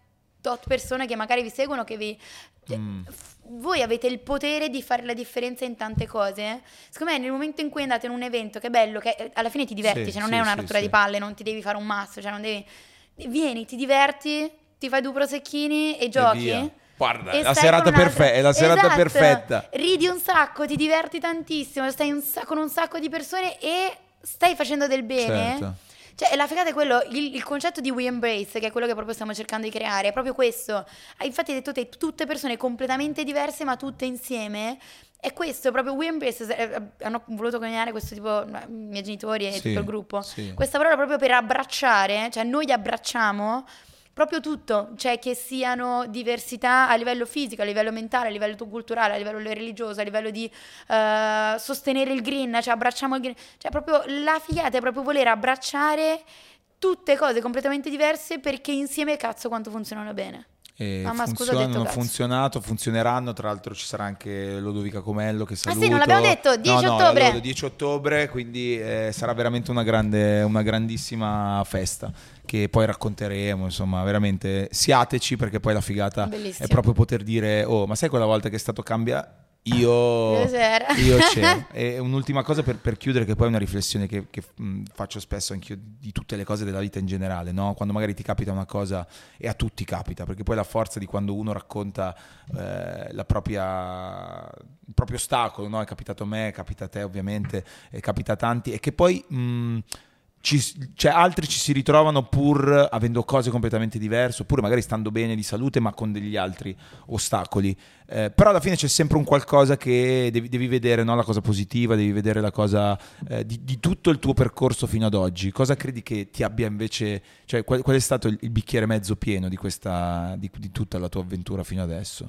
tot persone che magari vi seguono, che vi... cioè, Mm. f- voi avete il potere di fare la differenza in tante cose. Secondo me nel momento in cui andate in un evento che è bello, che eh, alla fine ti diverti, Sì, cioè non sì, è una sì, rottura sì. di palle, non ti devi fare un masso, cioè non devi... Vieni, ti diverti, ti fai due prosecchini e giochi. via. Guarda, e è la stai serata con un'altra- perfe- è la serata Esatto. perfetta. Ridi un sacco, ti diverti tantissimo, stai un sa- con un sacco di persone e stai facendo del bene. Certo. Cioè, la figata è quello, il, il concetto di We Embrace, che è quello che proprio stiamo cercando di creare, è proprio questo. Ah, infatti hai detto te, tutte persone completamente diverse, ma tutte insieme. È questo, proprio We Embrace, eh, hanno voluto coniare questo tipo, i miei genitori e Sì, tutto il gruppo, sì. questa parola proprio per abbracciare, cioè noi abbracciamo proprio tutto, cioè che siano diversità a livello fisico, a livello mentale, a livello culturale, a livello religioso, a livello di eh, sostenere il green, cioè abbracciamo il green, cioè proprio la figata è proprio voler abbracciare tutte cose completamente diverse, perché insieme cazzo quanto funzionano bene. E Mamma, scusa, ho funzionano, detto hanno cazzo. funzionato, funzioneranno. Tra l'altro ci sarà anche Lodovica Comello che saluto. Ah sì, non l'abbiamo detto, dieci No, no, ottobre. la Lodo, dieci ottobre, quindi eh, sarà veramente una grande, una grandissima festa che poi racconteremo, insomma, veramente siateci, perché poi la figata Bellissimo. è proprio poter dire, oh, ma sai quella volta che è stato cambia? Io, Io c'ero. io c'ero. E un'ultima cosa per, per chiudere, che poi è una riflessione che, che mh, faccio spesso anch'io di tutte le cose della vita in generale, no? Quando magari ti capita una cosa, e a tutti capita, perché poi la forza di quando uno racconta eh, la propria, il proprio ostacolo, no? È capitato a me, capita a te ovviamente, è capita a tanti, e che poi... Mh, Ci, cioè altri ci si ritrovano pur avendo cose completamente diverse, oppure magari stando bene di salute ma con degli altri ostacoli, eh, però alla fine c'è sempre un qualcosa che devi, devi vedere, no? La cosa positiva, devi vedere la cosa eh, di, di tutto il tuo percorso fino ad oggi. Cosa credi che ti abbia invece, cioè qual, qual è stato il, il bicchiere mezzo pieno di questa, di, di tutta la tua avventura fino adesso?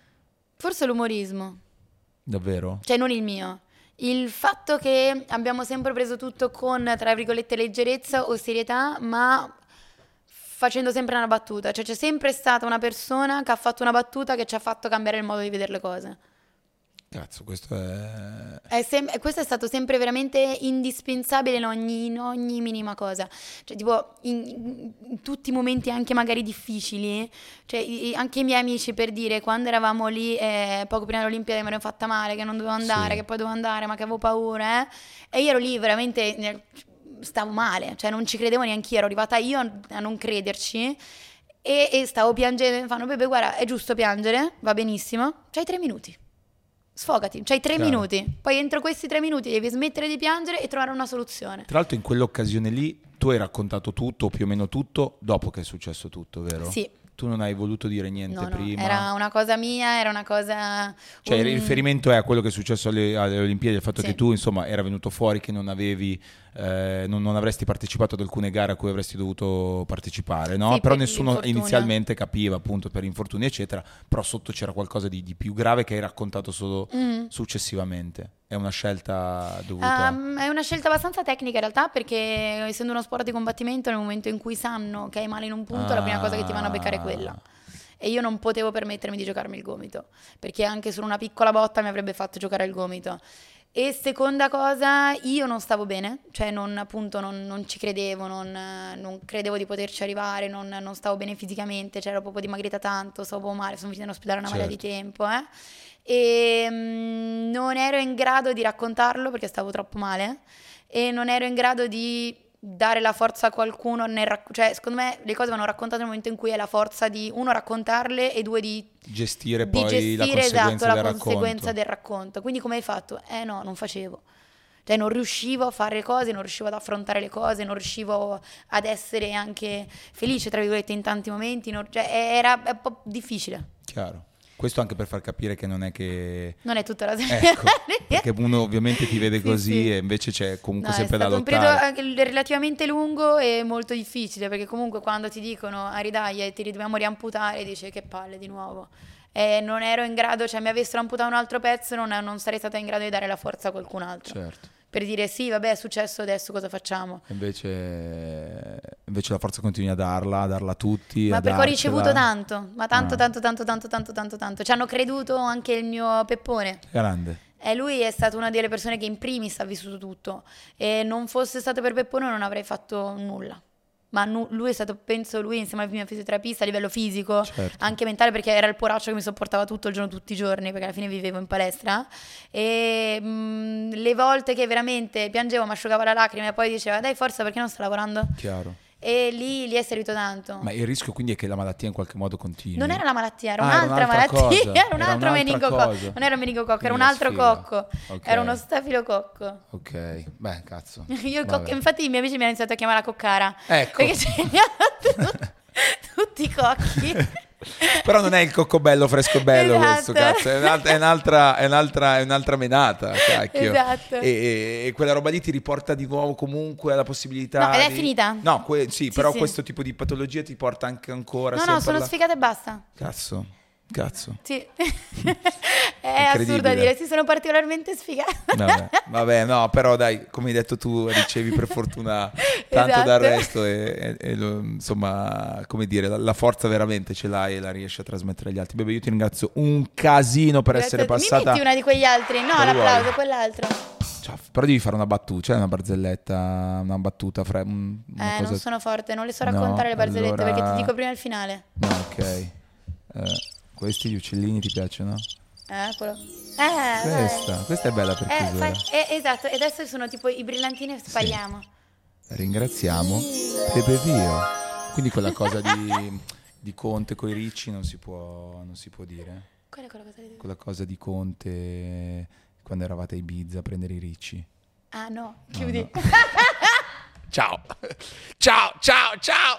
Forse l'umorismo, Davvero? cioè non il mio. Il fatto che abbiamo sempre preso tutto con, tra virgolette, leggerezza o serietà, ma facendo sempre una battuta. Cioè c'è sempre stata una persona che ha fatto una battuta che ci ha fatto cambiare il modo di vedere le cose. Cazzo, questo è... È sem- questo è stato sempre veramente indispensabile in ogni, in ogni minima cosa. Cioè, tipo, in, in tutti i momenti anche magari difficili, cioè, i- anche i miei amici, per dire, quando eravamo lì, eh, poco prima dell'Olimpiade, mi ero fatta male, che non dovevo andare, Sì. che poi dovevo andare, ma che avevo paura, eh. E io ero lì veramente, nel- stavo male, cioè non ci credevo neanche io, ero arrivata io a, a non crederci. E, e stavo piangendo, mi fanno: Bebe, guarda, è giusto piangere, va benissimo, c'hai tre minuti. Sfogati, c'hai tre Chiaro. minuti. Poi entro questi tre minuti devi smettere di piangere e trovare una soluzione. Tra l'altro in quell'occasione lì tu hai raccontato tutto, o più o meno tutto, dopo che è successo tutto, vero? Sì. Tu non hai voluto dire niente No, no, prima. era una cosa mia, era una cosa... Cioè un- il riferimento è a quello che è successo alle, alle Olimpiadi, il fatto Sì. che tu insomma era venuto fuori che non avevi, eh, non, non avresti partecipato ad alcune gare a cui avresti dovuto partecipare, no? Sì, Però per nessuno l'infortunio. inizialmente capiva, appunto, per infortuni eccetera, però sotto c'era qualcosa di, di più grave che hai raccontato solo Mm. successivamente. È una scelta dovuta... Um, è una scelta abbastanza tecnica in realtà, perché essendo uno sport di combattimento, nel momento in cui sanno che hai male in un punto, la prima cosa che ti vanno a beccare è quella. E io non potevo permettermi di giocarmi il gomito, perché anche solo una piccola botta mi avrebbe fatto giocare il gomito. E seconda cosa, io non stavo bene, cioè non, appunto non, non ci credevo, non, non credevo di poterci arrivare, non, non stavo bene fisicamente, cioè ero proprio dimagrita tanto, stavo proprio male, sono finita in ospedale una marea di Certo. tempo, eh. E mm, non ero in grado di raccontarlo perché stavo troppo male, e non ero in grado di dare la forza a qualcuno nel racc- cioè secondo me le cose vanno raccontate nel momento in cui hai la forza di, uno, raccontarle, e due, di Gestire di poi la gestire, conseguenza esatto, la del conseguenza racconto. del racconto. Quindi come hai fatto? Eh no, non facevo. Cioè non riuscivo a fare le cose, non riuscivo ad affrontare le cose, non riuscivo ad essere anche felice, tra virgolette, in tanti momenti. non- cioè era è un po' difficile. Chiaro. Questo anche per far capire che non è che... Non è tutta la Ecco, perché uno ovviamente ti vede Sì, così sì. e invece c'è comunque No, sempre è da stato un lottare. periodo anche relativamente lungo e molto difficile, perché comunque quando ti dicono Aridaglia e ti dobbiamo riamputare, dici che palle di nuovo. E non ero in grado, cioè mi avessero amputato un altro pezzo, non, non sarei stata in grado di dare la forza a qualcun altro. Certo. Per dire sì, vabbè, è successo, adesso cosa facciamo? Invece, invece la forza continui a darla, a darla a tutti. Ma a perché ho ricevuto darcela. tanto, ma tanto, Ah. tanto, tanto, tanto, tanto, tanto, tanto. Ci hanno creduto anche il mio Peppone. Grande. E lui è stato una delle persone che in primis ha vissuto tutto. E non fosse stato per Peppone non avrei fatto nulla. Ma nu- lui è stato, penso, lui insieme al mio fisioterapista a livello fisico, Certo. anche mentale, perché era il poraccio che mi sopportava tutto il giorno, tutti i giorni, perché alla fine vivevo in palestra. E mh, le volte che veramente piangevo, mi asciugava la lacrima e poi diceva dai forza, perché non sta lavorando? Chiaro. E lì, lì è servito tanto. Ma il rischio quindi è che la malattia in qualche modo continui. Non era la malattia, era Ah, era un'altra un'altra malattia, cosa. era un Era altro un'altra meningococco. cosa. Non era un meningococco, era un Mia altro sfiga. cocco. Ok. Era uno stafilococco. Ok, beh, cazzo. Io il Vabbè. cocco- infatti i miei amici mi hanno iniziato a chiamare la coccara. Ecco. Perché ce li hanno tu- tutti i cocchi. Però non è il coccobello fresco e bello questo, Esatto. cazzo, è un'altra, è un'altra, è un'altra, è un'altra menata, cacchio. Esatto. E, e- e quella roba lì ti riporta di nuovo comunque alla possibilità No, ed è di- finita. No, que- sì, Sì, però sì. questo tipo di patologia ti porta anche ancora No, no, sempre sono alla- sfigata e basta. Cazzo, cazzo. Sì. È assurdo Incredibile. dire, sì, sono particolarmente sfigata. Vabbè, vabbè, no, però dai, come hai detto tu, ricevi per fortuna tanto Esatto. dal resto e, e- e lo- insomma, come dire, la, la forza veramente ce l'hai e la riesci a trasmettere agli altri. Bebe, io ti ringrazio un casino per Grazie essere a te. passata. Mi metti una di quegli altri? No, Quale l'applauso, vuoi? quell'altro. Ciao, però devi fare una battuta, c'è una barzelletta, una battuta, fra, un- una Eh, cosa... non sono forte, non le so No, raccontare le barzellette allora- perché ti dico prima il finale. No, ok. Eh, questi gli uccellini ti piacciono? Eh, quello. Eh, Questa, dai. questa è bella per Eh, chiusura. fai- eh, esatto, e adesso sono tipo i brillantini e spariamo. Ringraziamo Pepe Vio. Quindi quella cosa di, di Conte coi ricci non si può, non si può dire. Qual è quella cosa di... Quella cosa di Conte quando eravate a Ibiza a prendere i ricci. Ah no, chiudi. no. Ciao. Ciao, ciao, ciao.